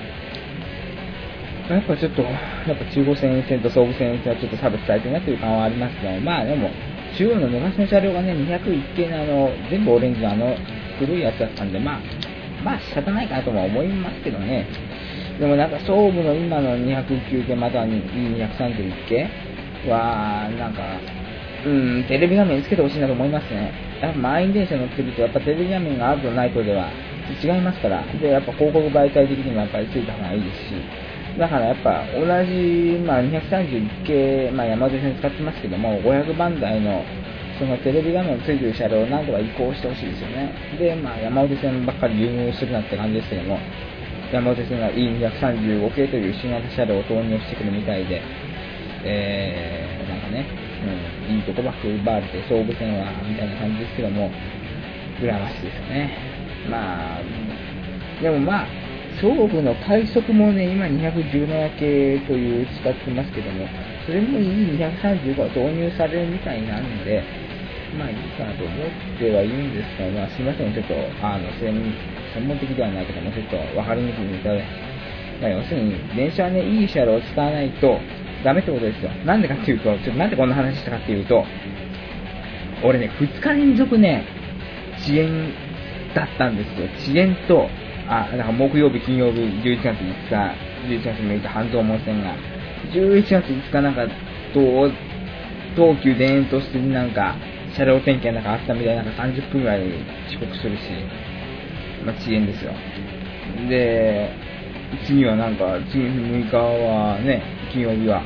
やっぱちょっと、やっぱ中央線と総武線はちょっと差別されてるなという感はありますけど、まあでも、中央の昔の車両がね、201系の全部オレンジの古いやつだったんで、まあ仕方ないかなとも思いますけどね。でもなんか総武の今の209系または E231 系は、なんか、テレビ画面つけてほしいなと思いますね。やっぱ満員電車乗ってると、やっぱテレビ画面があるとないとでは違いますから、で、やっぱ広告媒体的にもやっぱりついた方がいいですし、だからやっぱ同じ、まあ、231系、まあ、山手線使ってますけども、500番台のそのテレビ画面ついてる車両を何とか移行してほしいですよね。で、まあ、山手線ばっかり優遇するなって感じですけども、山手線が E235 系という新型車両を投入してくるみたいで、なんかね、いいとこばっかり奪われて、総武線は、みたいな感じですけども、羨ましいですよね。まあ、でもまあ、総武の快速もね、今217系という使ってますけども、それも E235 が導入されるみたいなので、まあいいかなと思ってはいるんですが、まあすいません、ちょっと、専門的ではないけども、ちょっと分かりにくいみたいで、まあ要するに、電車はね、いい車両を使わないとダメってことですよ。なんでかっていうと、ちょっとなんでこんな話したかっていうと、俺ね、2日連続ね、遅延だったんですよ。遅延と、なんか木曜日、金曜日、11月5日、11月6日、半蔵門線が、11月5日なんか、東急田園都市になんか、車両点検なんかあったみたいな、なんか30分ぐらい遅刻するし、まあ、遅延ですよ。で、次はなんか、次の日6日はね、金曜日は、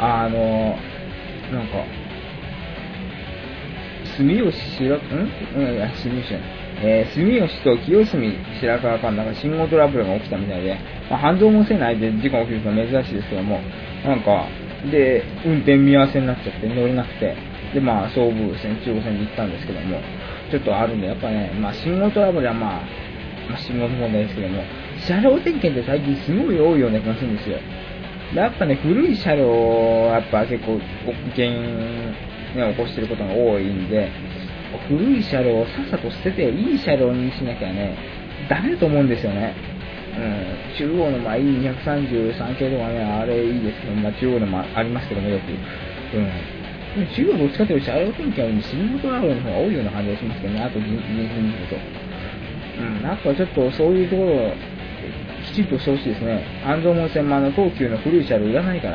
なんか、住吉と清澄白河間なんか信号トラブルが起きたみたいで、まあ、半蔵門線内で事故が起きるのは珍しいですけども、なんか、で、運転見合わせになっちゃって乗れなくて、で、まあ、総武線、中央線で行ったんですけども、ちょっとあるんで、やっぱね、まあ、信号トラブルはまあ、信号の問題ですけども、車両点検って最近すごい多いような気がするんですよ。やっぱね、古い車両はやっぱ結構、保険、起こしてることが多いんで、古い車両をさっさと捨てていい車両にしなきゃね、ダメだと思うんですよね。中央のE233 系とかね、あれいいですけど、中央のもありますけどもよく。中央どっちかというと車両点検よりも信号トラブルの方が多いような感じがしますけどね、あと人数見ると。なんかちょっとそういうところをきちんとしてほしいですね。半蔵門線も東急の古い車両いらないから、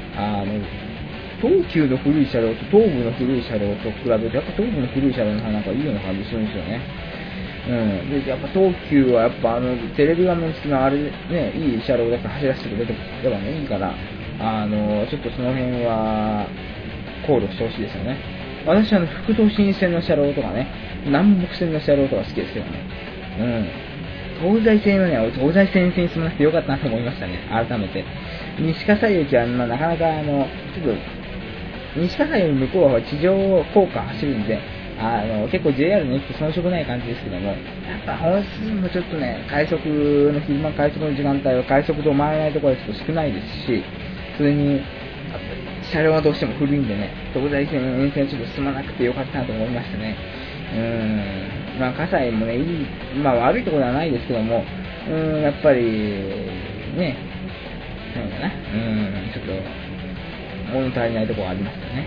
東急の古い車両と東武の古い車両と比べると、やっぱ東武の古い車両の方がなんかいいような感じするんですよね。で、やっぱ東急はやっぱテレビ画面付きのあれね、いい車両だけ走らせてくれればね、いいから、 ちょっとその辺は考慮してほしいですよね。私は副都心線の車両とかね、南北線の車両とか好きですけどね。東西線はね、東西線に進まなくてよかったなと思いましたね、改めて。西葛西駅は、なかなかちょっと、西葛西より向こうは地上高架走るんで、結構 JR の駅と遜色ない感じですけども、やっぱ本数もちょっとね、昼間快速の時間帯は快速と回らないところはちょっと少ないですし、それに、車両はどうしても古いんでね、東西線沿線ちょっと進まなくてよかったなと思いましたね。葛西もね、悪いところではないですけども、やっぱり、ね、なんかな、ちょっと、物足りないところはありますよね。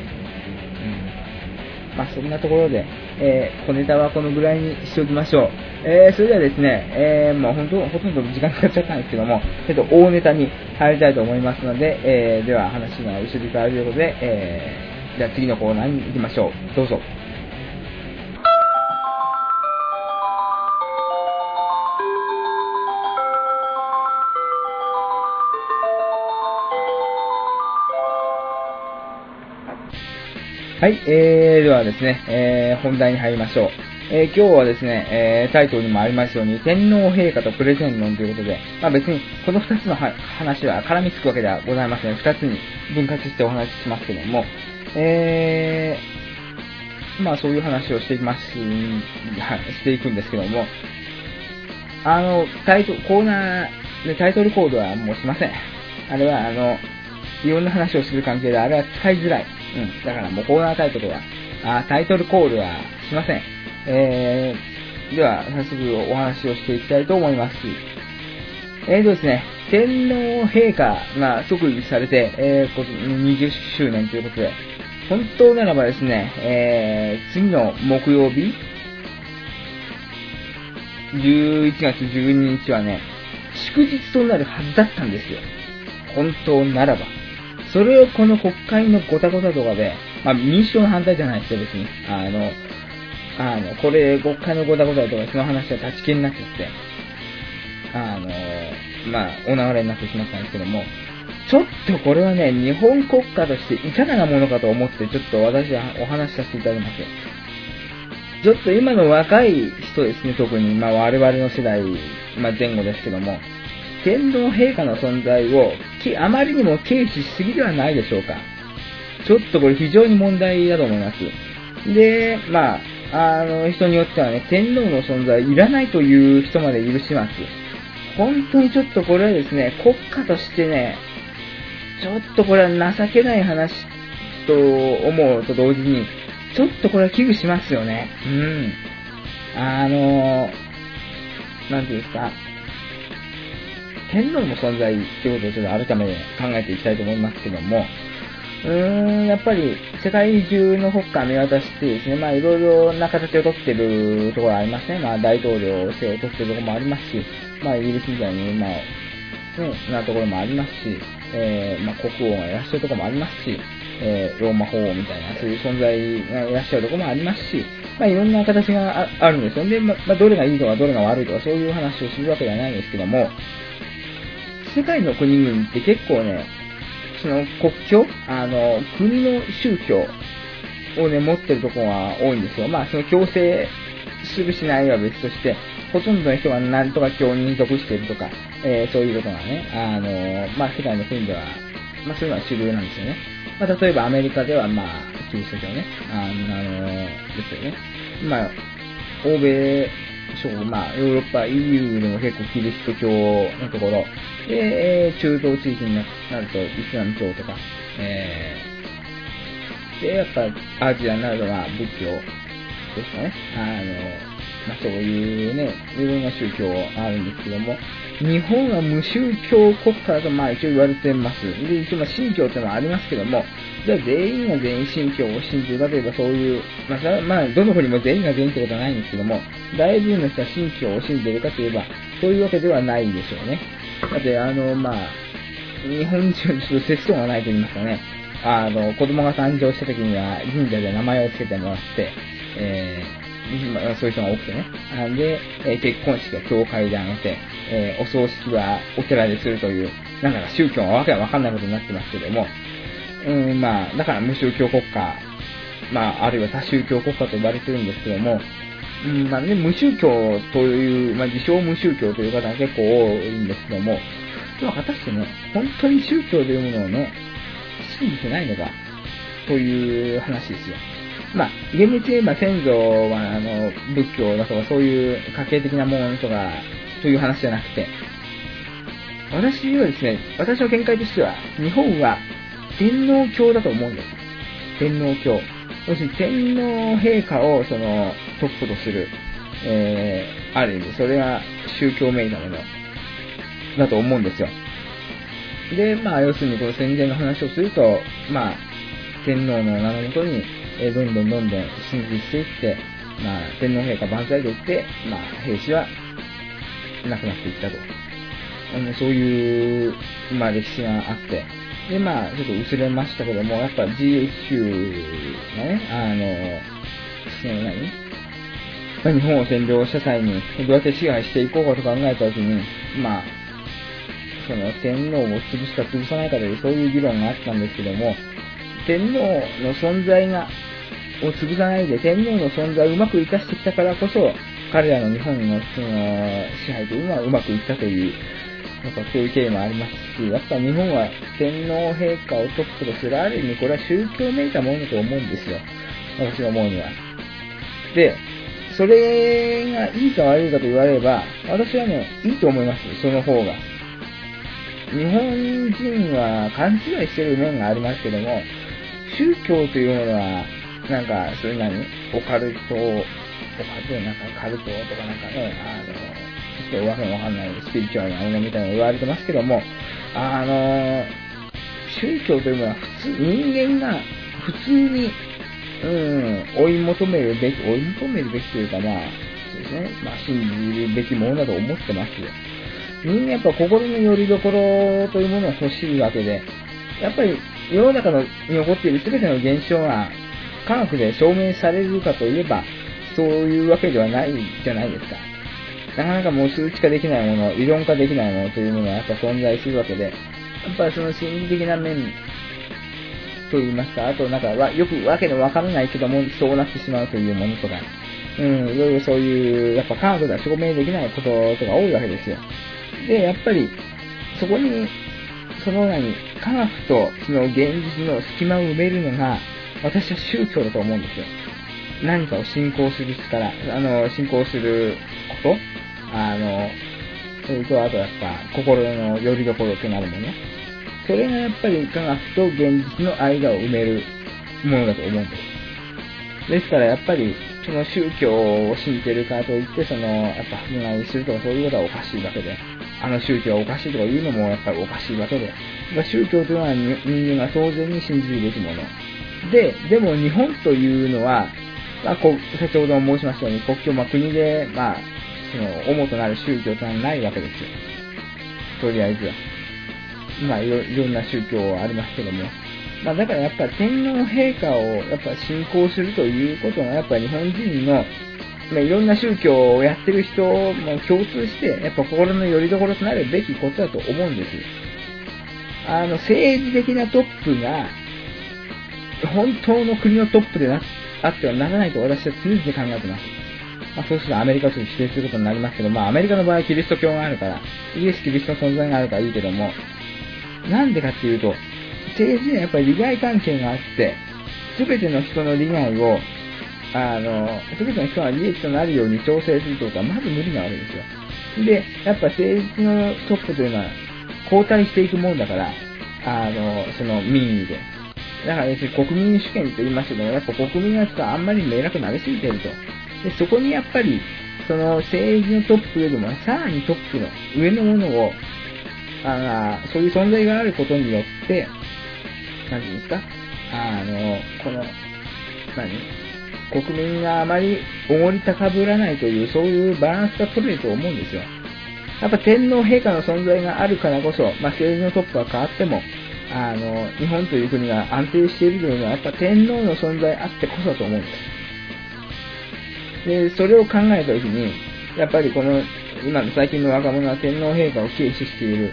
そんなところで、小ネタはこのぐらいにしておきましょう。それではですね、ほとんど時間かかっちゃったんですけども、大ネタに入りたいと思いますので、では話が後ろに変わるということで、じゃあ次のコーナーに行きましょう。どうぞ。はい、ではですね、本題に入りましょう。今日はですね、タイトルにもありますように、天皇陛下とプレゼン論ということで、別にこの2つの話は絡みつくわけではございません。2つに分割してお話ししますけども、そういう話をしていくんですけども、タイトルコードはもうしません。あれはいろんな話をする関係で、あれは使いづらい。だからもうコーナータイトルコールはしません。では、早速お話をしていきたいと思います。ですね、天皇陛下が即位されて、20周年ということで、本当ならばですね、次の木曜日、11月12日はね、祝日となるはずだったんですよ。本当ならば。それをこの国会のごたごたとかで、民主党の反対じゃないですよ、別に。国会のごたごたとか、その話は立ち消えになっちゃって、お流れになってしまったんですけども、ちょっとこれはね、日本国家としていかがなものかと思って、ちょっと私はお話しさせていただきます。ちょっと今の若い人ですね、特に、我々の世代、前後ですけども、天皇陛下の存在をあまりにも軽視しすぎではないでしょうか。ちょっとこれ非常に問題だと思います。で、人によってはね、天皇の存在いらないという人までいるします。本当にちょっとこれはですね、国家としてね、ちょっとこれは情けない話と思うと同時に、ちょっとこれは危惧しますよね。なんていうんですか、天皇の存在ということをちょっと改めて考えていきたいと思いますけども、やっぱり世界中の国家を見渡してですね、いろいろな形をとっているところがありますね。大統領制をとっているところもありますし、イギリスみたいに、なところもありますし、国王がいらっしゃるところもありますし、ローマ法王みたいな、そういう存在がいらっしゃるところもありますし、いろんな形があるんですよ。で、どれがいいとかどれが悪いとか、そういう話をするわけではないんですけども、世界の国々って結構ね、その国境、国の宗教をね、持ってるところが多いんですよ。その強制するしないは別として、ほとんどの人が何とか教に属しているとか、そういうことがね、世界の国では、そういうのは主流なんですよね。例えばアメリカでは、キリスト教ね、ですよね。欧米諸国、ヨーロッパ、EU でも結構キリスト教のところ、で、中東地域になるとイスラム教とか、で、やっぱアジアになると仏教ですかね。そういうね、いろんな宗教あるんですけども、日本は無宗教国家だと一応言われてます。で、一応神教ってのはありますけども、じゃあ全員が全員神教を信じる。例えばそういう、どの国も全員が全員ってことはないんですけども、大部分の人は神教を信じているかといえば、そういうわけではないでしょうね。だって日本人はちょっと節操がないと言いますかね、子供が誕生した時には神社で名前を付けてもらって、そういう人が多くてね。で、結婚式は教会であげて、お葬式はお寺でするという、 なんだか宗教がわけわかんないことになってますけども、まあ、だから無宗教国家、まあ、あるいは多宗教国家と呼ばれてるんですけども、まあね、無宗教という、まあ、自称無宗教という方が結構多いんですけども、では果たしてね、本当に宗教というものをね、信じてないのか、という話ですよ。まあ、厳密に言えば先祖は、仏教だとかそういう家系的なものとか、という話じゃなくて、私はですね、私の見解としては、日本は天皇教だと思うんです。天皇教。要するに天皇陛下をそのトップとする、ある意味、それが宗教めいたものだと思うんですよ。で、まあ、要するにこの戦前の話をすると、まあ、天皇の名のもとに、どんどん進出していって、まあ、天皇陛下万歳と言って、まあ、兵士は亡くなっていったと。そういう、まあ、歴史があって、で、まあ、ちょっと薄れましたけども、やっぱ GHQ がね、日本を占領した際に、どうやって支配していこうかと考えたときに、まあ、その天皇を潰すか潰さないかという、そういう議論があったんですけども、天皇の存在を潰さないで、天皇の存在をうまく生かしてきたからこそ、彼らの日本のその支配というのはうまくいったという、やっぱそういう経緯もありますし、やっぱ日本は天皇陛下をトップとする、ある意味これは宗教めいたものだと思うんですよ。私が思うには。で、それがいいか悪いかと言われれば、私はね、いいと思います。その方が。日本人は勘違いしてる面がありますけども、宗教というものは、なんか、そういうオカルト、なんかカルトとかなんかね、ちょっとわけのわかんないスピリチュアルなものみたいなの言われてますけども、宗教というものは人間が普通に、追い求めるべきというか、まあ、そうですね、まあ、信じるべきものだと思ってますよ。人間やっぱ心の拠り所というものを欲しいわけで、やっぱり世の中に起こっている全ての現象が科学で証明されるかといえば、そういうわけではないじゃないですか。なかなかもう数値化できないもの、理論化できないものというものはやっぱ存在するわけで、やっぱりその心理的な面といいますか、あとなんかよくわけのわからないけども、そうなってしまうというものとか、いろいろそういう、やっぱ科学では証明できないこととか多いわけですよ。で、やっぱり、そこに、科学とその現実の隙間を埋めるのが、私は宗教だと思うんですよ。何かを信仰する力、信仰すること、それと、あとやっぱ、心の拠り所となるもの。それがやっぱり科学と現実の間を埋めるものだと思うんです。ですからやっぱり、その宗教を信じているからといって、やっぱ迫害するとかそういうことはおかしいわけで、宗教はおかしいとか言うのもやっぱりおかしいわけで、宗教というのは人間が当然に信じるべきもの。でも日本というのは、先ほども申しましたように、国境、国で、主となる宗教というのはないわけですよ。とりあえずは。いろんな宗教はありますけども。だからやっぱり天皇陛下をやっぱ信仰するということがやっぱり日本人の、いろんな宗教をやってる人も共通して、やっぱ心の拠り所となるべきことだと思うんです。政治的なトップが、本当の国のトップであってはならないと私は常々考えてます。そうするとアメリカと否定することになりますけど、アメリカの場合はキリスト教があるから、イエス・キリストの存在があるからいいけども、なんでかっていうと、政治にはやっぱり利害関係があって、すべての人の利害を、すべての人が利益となるように調整するということはまず無理なわけですよ。で、やっぱ政治のトップというのは交代していくもんだから、その民意で。だから要するに国民主権と言いますけども、やっぱ国民がちょっとあんまり明楽なりすぎてると。で、そこにやっぱり、その政治のトップよりもさらにトップの上のものを、そういう存在があることによって、なんていうんですか、国民があまりおごり高ぶらないという、そういうバランスが取れると思うんですよ。やっぱ天皇陛下の存在があるからこそ、政治のトップが変わっても、日本という国が安定しているというのは、やっぱ天皇の存在あってこそだと思うんです。で、それを考えたときに、やっぱり今の最近の若者は天皇陛下を軽視している。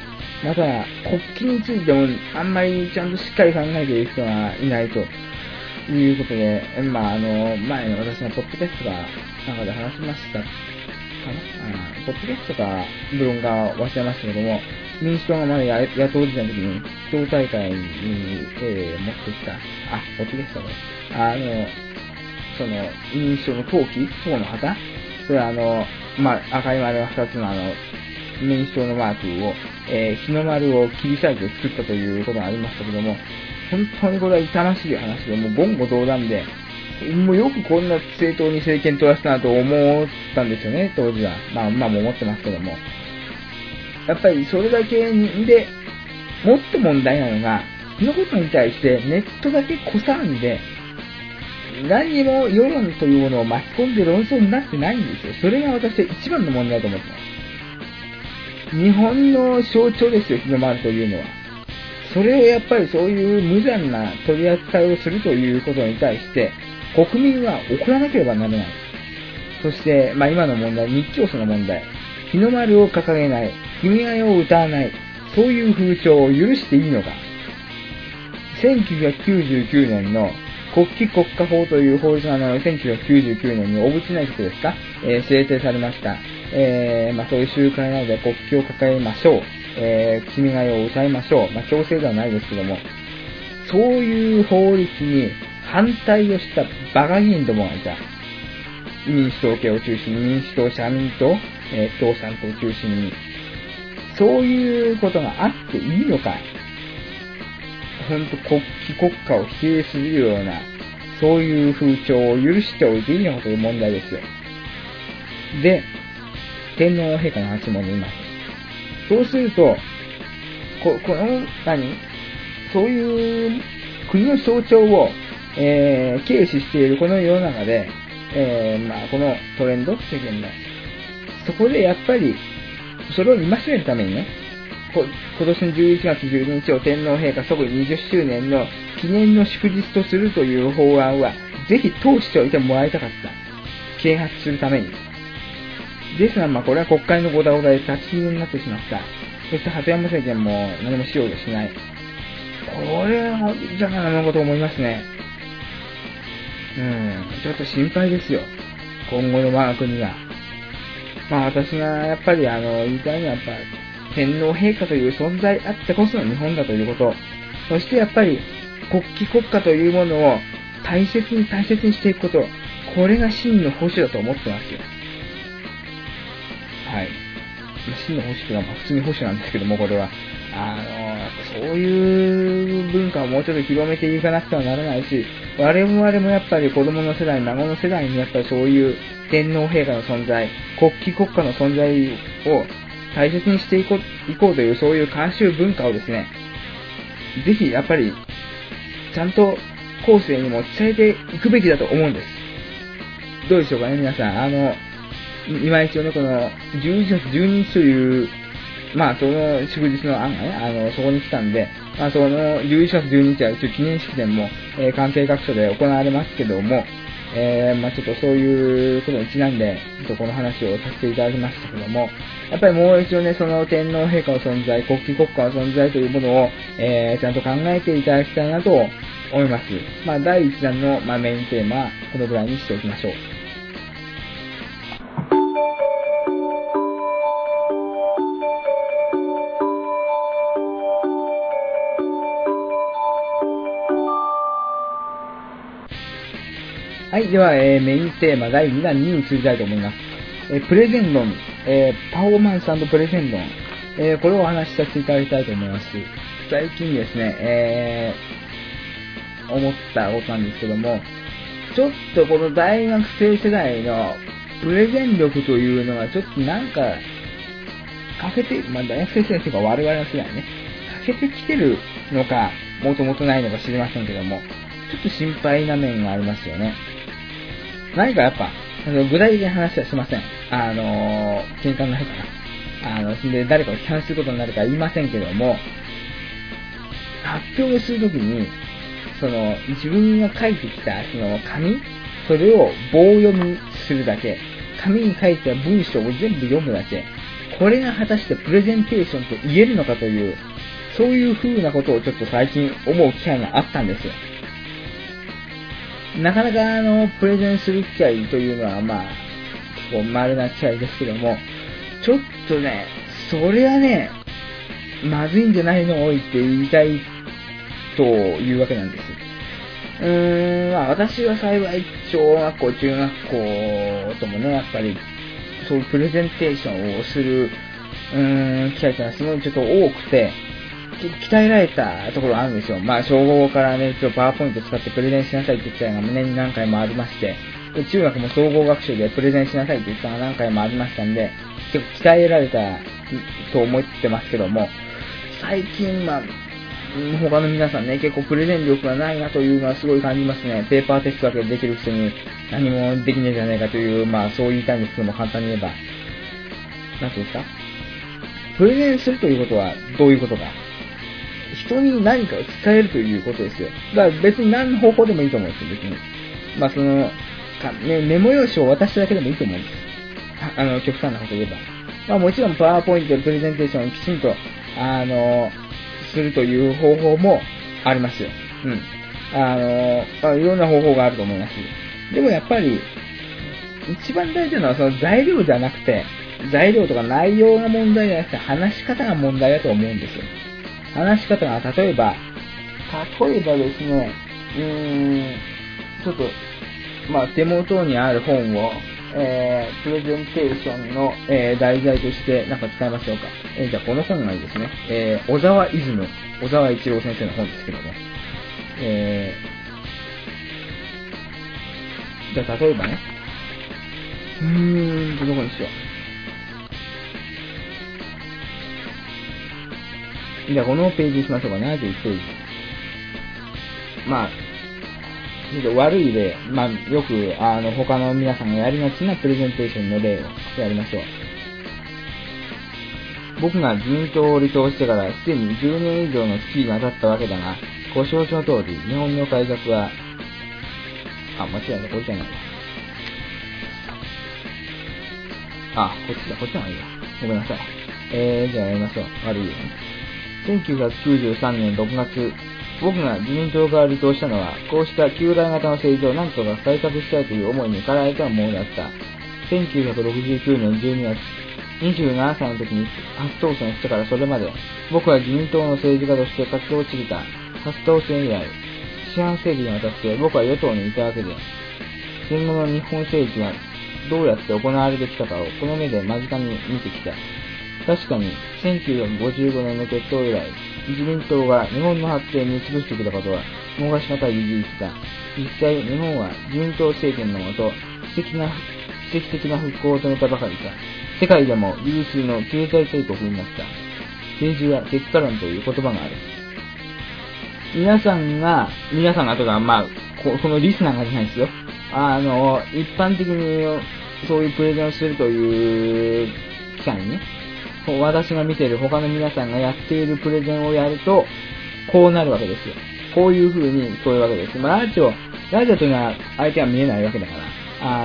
また、国旗についてもあんまりちゃんとしっかり考えている人がいないということで、前の私のポッドキャストが中で話しましたかな、ポッドキャストかブログが忘れましたけども、民主党がまだ野党時代の時に党大会に、持ってきた、ポッドキャストね、その民主党の党の旗、それは赤い丸が2つの民主党のマークを、日の丸を切り裂いて作ったということがありましたけども、本当にこれは痛ましい話で、もう言語道断で、もうよくこんな正当に政権取らせたなと思ったんですよね、当時は。今も思ってますけども。やっぱりそれだけで、もっと問題なのが、そのことに対してネットだけ小騒ぎで、何にも世論というものを巻き込んで論争になってないんですよ。それが私は一番の問題だと思ってます。日本の象徴ですよ、日の丸というのは。それをやっぱりそういう無残な取り扱いをするということに対して、国民は怒らなければならない。そして、今の問題、日教組の問題、日の丸を掲げない、君が代を歌わない、そういう風潮を許していいのか。1999年の国旗国家法という法律が1999年に小渕内閣ですか、制定されました。そういう集会などで国旗を掲げましょう。君が代を歌いましょう。強制ではないですけども、そういう法律に反対をしたバカ議員どもがいた。民主党系を中心に、民主党、社民党、共産党を中心に、そういうことがあっていいのか。本当国旗国家を否定するような、そういう風潮を許しておいていいのかという問題ですよ。で、天皇陛下の話も出ます。そうすると、そういう国の象徴を、軽視しているこの世の中で、このトレンド、世間の、そこでやっぱり、それを戒めるためにね、今年の11月12日を天皇陛下即位20周年の記念の祝日とするという法案は、ぜひ通しておいてもらいたかった。啓発するために。ですが、これは国会のごたごたで立ち消えになってしまった。そして、鳩山政権も何もしようとしない。これは、じゃがなものかと思いますね。ちょっと心配ですよ。今後の我が国が。私がやっぱり言いたいのは天皇陛下という存在あってこその日本だということ。そしてやっぱり国旗国家というものを大切にしていくこと。これが真の保守だと思ってますよ。はい。真の保守というのは普通に保守なんですけども、これは。そういう文化をもうちょっと広めていかなくてはならないし、我々もやっぱり子供の世代、孫の世代にやっぱりそういう天皇陛下の存在、国旗国家の存在を大切にしていこうというそういう慣習文化をですね、ぜひやっぱりちゃんと後世にも伝えていくべきだと思うんです。どうでしょうかね、皆さん。今一応ね、この11月12日というその祝日の案がね、そこに来たんで、その11月12日は一応記念式典も、関係各所で行われますけども、ちょっとそういうことにちなんで、ちょっとこの話をさせていただきましたけども、やっぱりもう一度ね、その天皇陛下の存在、国旗国家の存在というものを、ちゃんと考えていただきたいなと思います。第1弾の、メインテーマはこのぐらいにしておきましょう。はい、では、メインテーマ第2弾に移りたいと思います。プレゼン論、パフォーマンス&プレゼン論、これをお話しさせていただきたいと思います。最近ですね、思ったことなんですけども、ちょっとこの大学生世代のプレゼン力というのがちょっと欠けて、大学生世代というか我々の世代ね、欠けてきてるのか、もともとないのか知りませんけども、ちょっと心配な面がありますよね。何かやっぱ、具体的な話はしません。喧嘩になるかな。で、誰かを批判することになるか言いませんけども、発表をするときに、自分が書いてきた、紙、それを棒読みするだけ、紙に書いた文章を全部読むだけ、 これが果たしてプレゼンテーションと言えるのかという、そういう風なことをちょっと最近思う機会があったんですよ。なかなかプレゼンする機会というのは、結構稀な機会ですけども、ちょっとね、それはね、まずいんじゃないのおいって言いたいというわけなんです。私は幸い、小学校、中学校ともね、やっぱり、そういうプレゼンテーションをする、機会というのはすごいちょっと多くて、鍛えられたところがあるんですよ。小5からね、パワーポイント使ってプレゼンしなさいって機会が年に何回もありまして、で中学も総合学習でプレゼンしなさいって言ったのが何回もありましたんで、結構鍛えられたと思ってますけども、最近、他の皆さんね、結構プレゼン力がないなというのはすごい感じますね。ペーパーテストだけできる人に何もできねえじゃねえかという、そう言いたいんですけども、簡単に言えば。なんていうんですか？プレゼンするということはどういうことか。人に何かを伝えるということですよ。だから別に何の方法でもいいと思うんですよ、別に。メモ用紙を渡しただけでもいいと思うんです。極端なこと言えば。もちろんパワーポイントでプレゼンテーションをきちんと、するという方法もありますよ。いろんな方法があると思います。でもやっぱり、一番大事なのはその材料じゃなくて、材料とか内容が問題じゃなくて、話し方が問題だと思うんですよ。話し方が、例えばですね、ちょっと、手元にある本を、プレゼンテーションの、題材として使いましょうか。じゃあこの本がいいですね。小沢一郎先生の本ですけども。じゃあ例えばね。どこにしよう。じゃあこのページにしましょうか。71ページ。ちょっと悪い例、よく他の皆さんがやりがちなプレゼンテーションの例をやりましょう。僕が自民党を離党してからすでに10年以上の月日が経ったわけだが、ご承知の通り、日本の改革は、間違いない、これじゃないわ。こっちがいいわ。ごめんなさい。じゃあやりましょう。悪いよね。1993年6月、僕が自民党から離党したのは、こうした旧来型の政治を何とか改革したいという思いに駆られたものだった。1969年12月、27歳の時に初当選してからそれまで、僕は自民党の政治家として活動を続けた。初当選以来、四半世紀にわたって僕は与党にいたわけで、戦後の日本政治がどうやって行われてきたかをこの目で間近に見てきた。確かに、1955年の決闘以来、自民党が日本の発展に尽くしてきたことは、もがしがたい事実だ。実際、日本は自民党政権のもと、奇跡的な復興を遂げたばかりか、世界でも有数の経済大国になった。政治は結果論という言葉がある。皆さんがとか、このリスナーがじゃないですよ。一般的にそういうプレゼンをするという機会にね、私が見ている他の皆さんがやっているプレゼンをやると、こうなるわけですよ。こういう風に聞こえるわけです。ラジオというのは相手は見えないわけだから、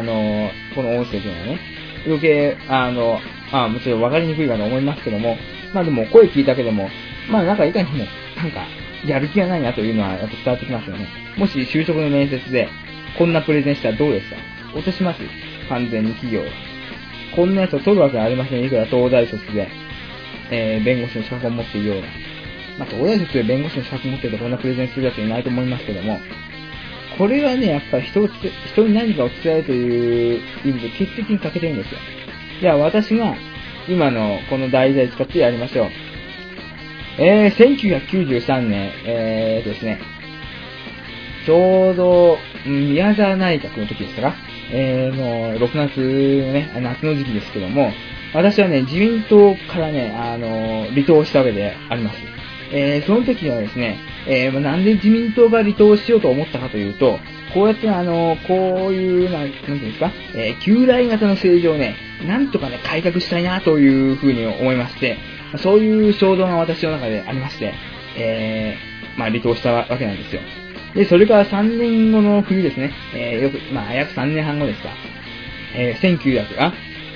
この音声というのはね、余計、もちろん分かりにくいかと思いますけども、でも声聞いただけでも、いかにも、やる気がないなというのはやっぱ伝わってきますよね。もし就職の面接で、こんなプレゼンしたらどうですか？落とします？完全に企業は。こんなやつを取るわけはありません。いくら東大卒で、弁護士の資格を持っていようが。東大卒で弁護士の資格を持っているとこんなプレゼンするやついないと思いますけども、これはね、やっぱり人に何かを伝えるという意味で決定的に欠けてるんですよ。じゃあ私が今のこの題材使ってやりましょう。1993年、ですね、ちょうど、宮沢内閣の時でしたか、もう6月のね、夏の時期ですけども、私はね、自民党からね、離党したわけであります。その時はですね、なんで自民党が離党しようと思ったかというと、こうやってこういう、なんていうんですか、旧来型の政治をね、なんとかね、改革したいなというふうに思いまして、そういう衝動が私の中でありまして、離党したわけなんですよ。で、それから3年後の冬ですね、約3年半後ですか、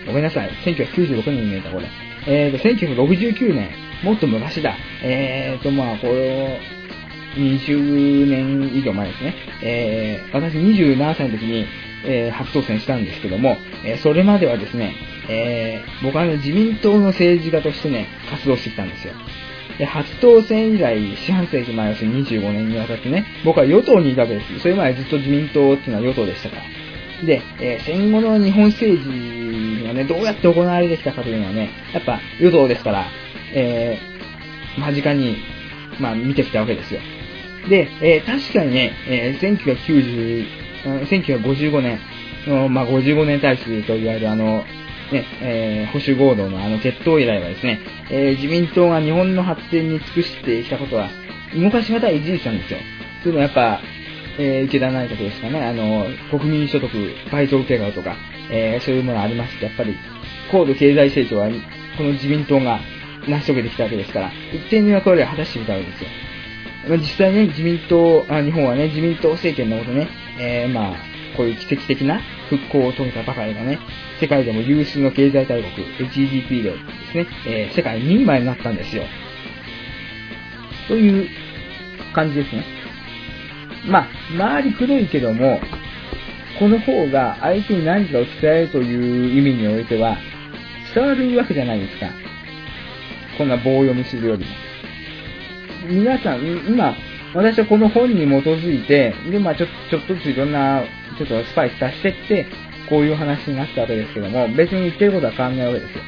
ごめんなさい。1996年に見えた、これ。1969年。もっと昔だ。まあ、これ、20年以上前ですね。私27歳の時に、初当選したんですけども、それまではですね、僕はね、自民党の政治家としてね、活動してきたんですよ。で、初当選以来、四半世紀前、25年にわたってね、僕は与党にいたわけです。それまでずっと自民党っていうのは与党でしたから。で、戦後の日本政治がね、どうやって行われてきたかというのはね、やっぱ与党ですから、間近に、まあ、見てきたわけですよ。で、確かにね、1955年の、まあ、55年体制といわれる保守合同の決闘以来はですね、自民党が日本の発展に尽くしてきたことは、動かしがたい事実なんですよ。というのはやっぱ、池田内閣ですかね、国民所得倍増計画とか、そういうものがありまして、やっぱり、高度経済成長は、この自民党が成し遂げてきたわけですから、一定の役割を果たしてきたわけですよ。実際ね、日本はね、自民党政権のもとね、まあ、こういう奇跡的な復興を遂げたばかりがね、世界でも有数の経済大国、GDP でですね、世界2位前になったんですよ。という感じですね。まあ、周りくどいけども、この方が相手に何かを伝えるという意味においては、伝わるわけじゃないですか。こんな棒読みするよりも。皆さん、今、私はこの本に基づいて、で、まあちょっとずついろんな、ちょっとスパイス足してって、こういう話になったわけですけども、別に言ってることは変わんないわけですよ。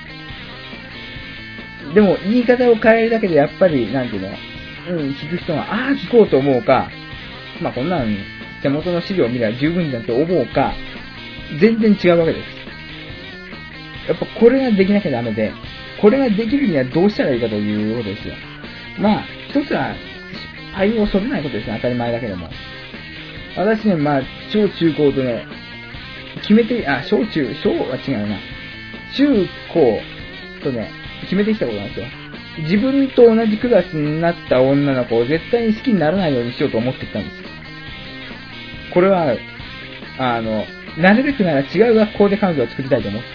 でも、言い方を変えるだけでやっぱり、なんていうの、聞く人が、聞こうと思うか、まあこんなん、手元の資料を見れば十分だと思うか、全然違うわけです。やっぱこれができなきゃダメで、これができるにはどうしたらいいかということですよ。まあ、一つは、失敗を恐れないことですね、当たり前だけども。私ね、まあ、小中高とね、小は違うな。中高とね、決めてきたことなんですよ。自分と同じクラスになった女の子を絶対に好きにならないようにしようと思ってきたんですよ。これは、なるべくなら違う学校で彼女を作りたいと思った。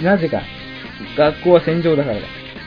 なぜか、学校は戦場だからだ。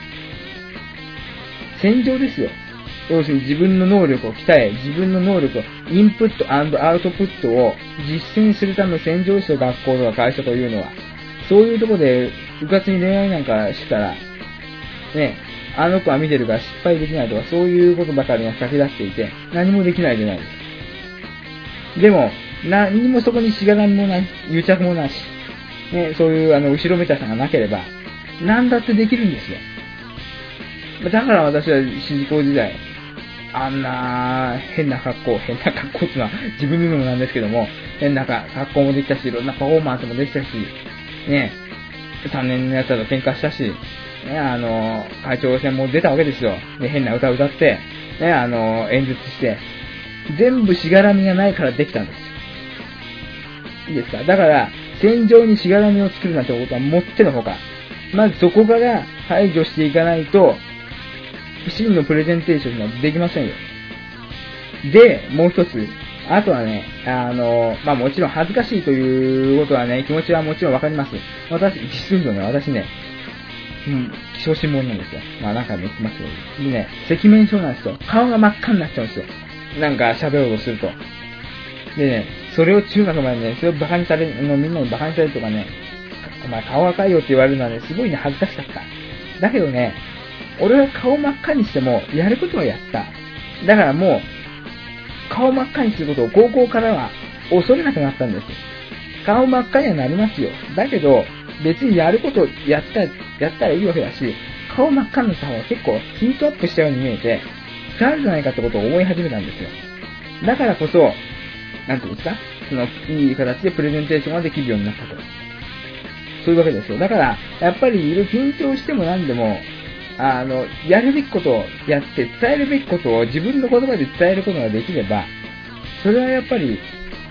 戦場ですよ。要するに自分の能力を鍛え、自分の能力を、インプット&アウトプットを実践するための戦場ですよ、学校とか会社というのは。そういうところで、部活に恋愛なんかしたら、ね、あの子は見てるから失敗できないとか、そういうことばかりが先立っていて、何もできないじゃないですか。でも、何にもそこにしがらみもない、癒着もないし、ね、そういう後ろめたさがなければ、何だってできるんですよ。だから私は新時校時代、あんな変な格好っていうのは自分で言うのもなんですけども、変な格好もできたし、いろんなパフォーマンスもできたし、ね、3年のやつらと喧嘩したし、ね、会長選も出たわけですよ。で、変な歌を歌って、ね、演説して、全部しがらみがないからできたんです。いいですか？だから、戦場にしがらみを作るなんてことはもってのほか。まずそこから排除していかないと、真のプレゼンテーションはできませんよ。で、もう一つ。あとはね、まあもちろん恥ずかしいということはね、気持ちはもちろんわかります。私、実するとね、私ね、小心者なんですよ。まあ何回も言ってますけど。でね、赤面症なんですよ。顔が真っ赤になっちゃうんですよ。なんか喋ろうとすると。でね、それを中学までね、それをバカにされる、みんなにバカにされるとかね、お前顔赤いよって言われるのはね、すごいね、恥ずかしかった。だけどね、俺は顔真っ赤にしても、やることはやった。だからもう、顔真っ赤にすることを高校からは恐れなくなったんです。顔真っ赤にはなりますよ。だけど、別にやることをやったらいいわけだし、顔真っ赤にした方が結構ヒートアップしたように見えて、使えるじゃないかってことを思い始めたんですよ。だからこそ、なんていうんですか、いい形でプレゼンテーションができるようになったと。そういうわけですよ。だから、やっぱり緊張しても何でも、やるべきことをやって、伝えるべきことを自分の言葉で伝えることができれば、それはやっぱり、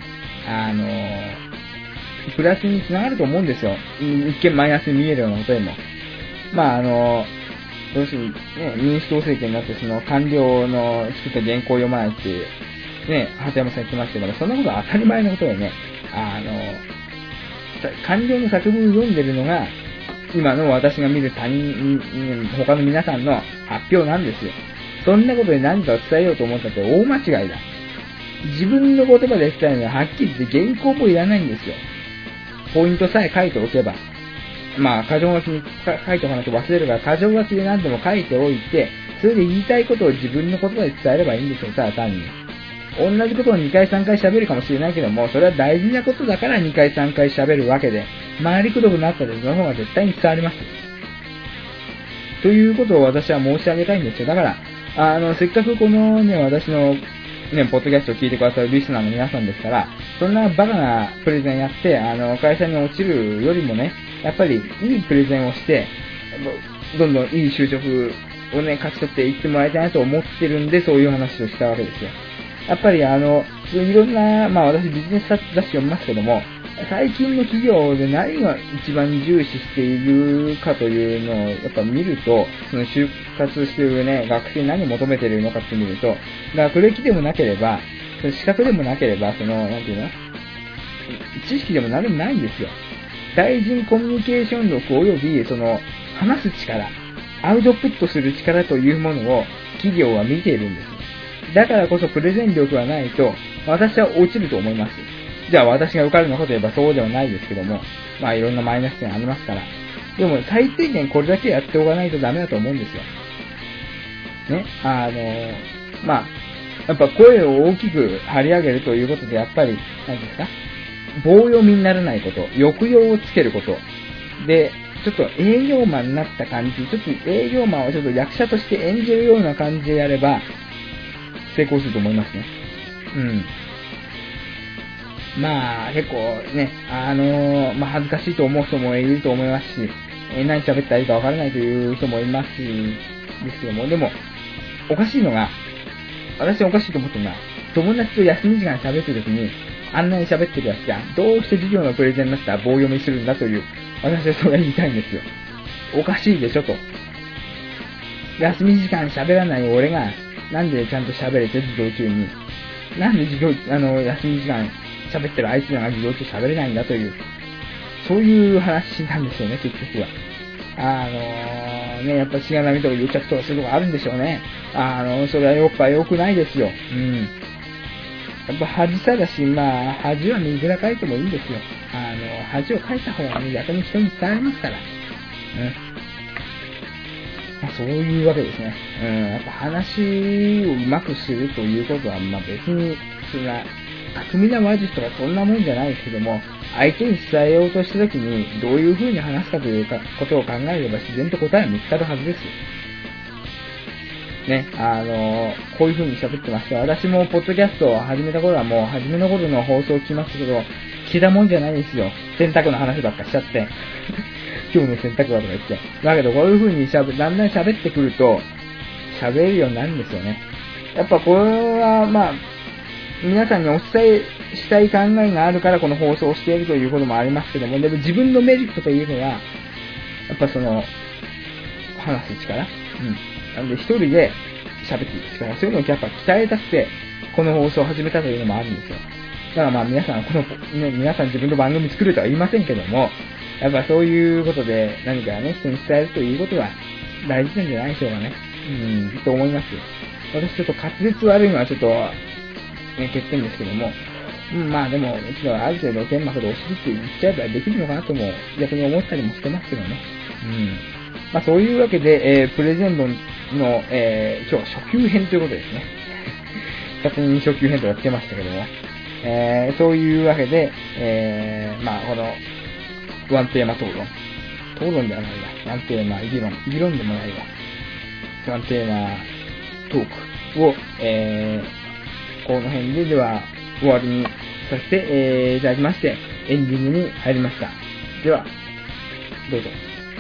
プラスにつながると思うんですよ。一見マイナスに見えるようなことでも。まあ、要するに、ね、民主党政権になって、官僚の作った原稿を読まないって、ね、鳩山さん言ってましたけど、そんなことは当たり前のことでね、 官僚の作文を読んでるのが、今の私が見る他の皆さんの発表なんですよ。そんなことで何かを伝えようと思ったって大間違いだ。自分の言葉で伝えるのははっきり言って原稿もいらないんですよ。ポイントさえ書いておけば。まあ、箇条書きに書いておかないと忘れるから、箇条書きで何でも書いておいて、それで言いたいことを自分の言葉で伝えればいいんですよ、ただ単に。同じことを2回3回喋るかもしれないけども、それは大事なことだから2回3回喋るわけで、回りくどくなったでその方が絶対に伝わります。ということを私は申し上げたいんですよ。だから、せっかくこのね、私のね、ポッドキャストを聞いてくださるリスナーの皆さんですから、そんなバカなプレゼンやって、会社に落ちるよりもね、やっぱりいいプレゼンをして、どんどんいい就職をね、勝ち取っていってもらいたいなと思ってるんで、そういう話をしたわけですよ。やっぱりいろんな、まあ私ビジネス雑誌読みますけども、最近の企業で何が一番重視しているかというのをやっぱ見ると、その就活しているね、学生に何を求めているのかって見ると、学歴でもなければ、その資格でもなければ、なんていうの知識でも何でもないんですよ。対人コミュニケーション力及び、話す力、アウトプットする力というものを企業は見ているんです。だからこそプレゼン力がないと、私は落ちると思います。じゃあ私が受かるのかといえばそうではないですけども、まあいろんなマイナス点ありますから。でも最低限これだけやっておかないとダメだと思うんですよ。ね、まあ、やっぱ声を大きく張り上げるということで、やっぱり、何ですか、棒読みにならないこと、抑揚をつけること。で、ちょっと営業マンになった感じ、ちょっと営業マンをちょっと役者として演じるような感じでやれば、成功すると思いますね。うん。まあ、結構ね、まあ恥ずかしいと思う人もいると思いますし、何喋ったらいいかわからないという人もいますですけども、でも、おかしいのが、私おかしいと思ってるのは、友達と休み時間喋ってる時に、あんなに喋ってるやつじゃん。どうして授業のプレゼンになったら棒読みするんだという、私はそれ言いたいんですよ。おかしいでしょと。休み時間喋らない俺が、なんでちゃんと喋れて授業中に。なんで休み時間喋ってるあいつらが授業中喋れないんだという、そういう話なんですよね、結局は。やっぱしがらみとか癒着とかそういうとこあるんでしょうね。それはやっぱ良くないですよ。うん。やっぱ恥さだし、まあ、恥は見らかいてもいいんですよ。恥をかいた方がね、逆に人に伝わりますから。うん。まあ、そういうわけですね。やっぱ話をうまくするということは、まあ別に、そんな、巧みな話術とかそんなもんじゃないですけども、相手に伝えようとしたときに、どういう風に話すかということを考えれば自然と答えは見つかるはずです。ね、こういう風に喋ってました。私もポッドキャストを始めた頃はもう初めの頃の放送を聞きましたけど、聞いたもんじゃないですよ。洗濯の話ばっかしちゃって。今日の洗濯はとか言って。だけどこういう風にだんだん喋ってくると、喋れるようになるんですよね。やっぱこれは、まあ、皆さんにお伝えしたい考えがあるからこの放送をしているということもありますけども、でも自分のメリットというのは、やっぱ話す力、なんで一人で喋っていく力、そういうのをやっぱ鍛えたくて、この放送を始めたというのもあるんですよ。だからまあ皆さん、皆さん自分の番組作るとは言いませんけども、やっぱそういうことで何かね、人に伝えるということは大事なんじゃないでしょうかね。と思います。私ちょっと滑舌悪いのはちょっと、欠点ですけども、まあでも、ある程度剣幕で押し切っていっちゃえばできるのかなとも逆に思ったりもしてますけどね。まあそういうわけで、プレゼン論の、今日は初級編ということですね。勝手に初級編とかつけましたけども、そういうわけで、まあこの、ワンテーマ討論。討論ではないわ。ワンテーマ議論でもないわ。ワンテーマトークを、この辺では終わりにさせて、いただきまして、エンディングに入りました。では、どうぞ。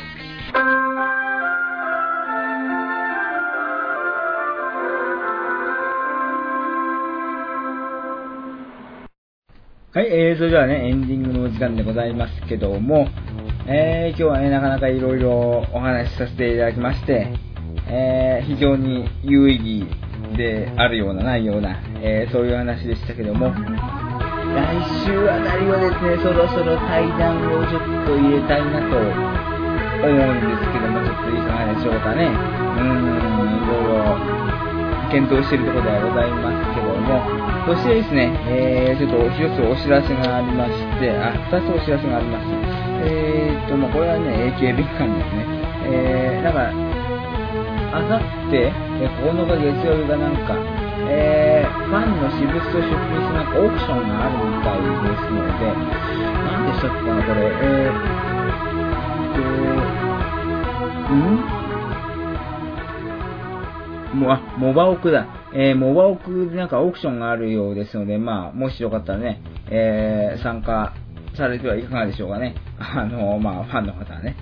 はい、それではね、エンディングのお時間でございますけども、今日はね、なかなかいろいろお話しさせていただきまして、非常に有意義であるようなないような、そういう話でしたけども、 来週あたりはですね、そろそろ対談をちょっと入れたいなと思うんですけども、ちょっといかがでしょうかね。いろいろ検討しているところではございますけども、そしてですね、ちょっと一つお知らせがありまして、二つお知らせがあります。これはね、AKB 間ですね。なんか、あさって、9日月曜日がなんか、ファンの私物を出品するなんかオークションがあるみたいですので、なんでしたっけかな、これ、モバオクだ。モバオクでなんかオークションがあるようですので、もしよかったらね、参加されてはいかがでしょうかね。ファンの方はね。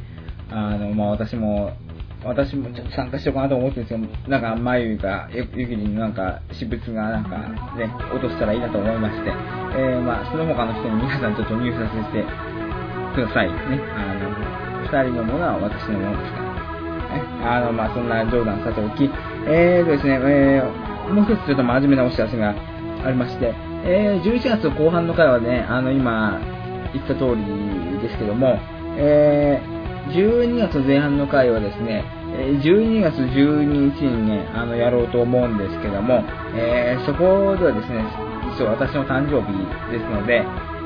私もちょっと参加しようかなと思ってるんですけど、なんか、眉が、ゆきりんのなんか、私物がなんかね、落としたらいいなと思いまして、その他の人に皆さんちょっと入手させてくださいね。二人のものは私のものですから。そんな冗談さておき、ですね、もう一つちょっと真面目なお知らせがありまして、11月後半の回はね、今、言った通りですけども、12月前半の回はですね、12月12日にね、やろうと思うんですけども、そこではですね、実は私の誕生日ですので、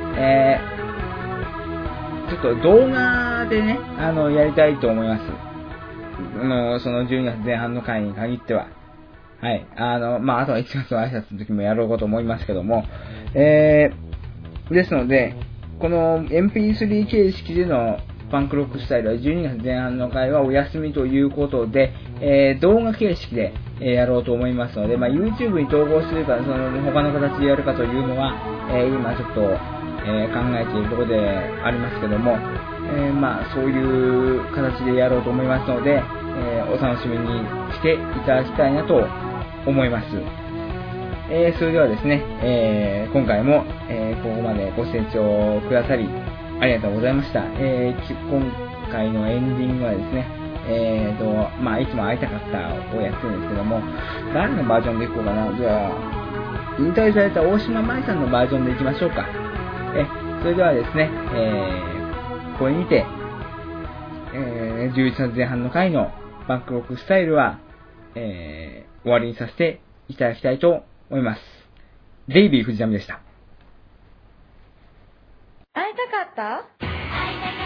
ちょっと動画でね、やりたいと思います。その12月前半の回に限っては。はい。あとは1月の挨拶の時もやろうと思いますけども、ですので、この MP3 形式でのパンクロックスタイルは12月前半の回はお休みということで、動画形式で、やろうと思いますので、YouTube に統合するか、その他の形でやるかというのは、今ちょっと、考えているところでありますけども、そういう形でやろうと思いますので、お楽しみにしていただきたいなと思います。それではですね、今回も、ここまでご清聴くださりありがとうございました。今回のエンディングはですね、いつも会いたかったをやってるんですけども、誰のバージョンでいこうかな。じゃあ、引退された大島麻衣さんのバージョンでいきましょうか。それではですね、これにて、11月前半の回のバンクロックスタイルは、終わりにさせていただきたいと思います。デイビー藤波でした。 会いたかった？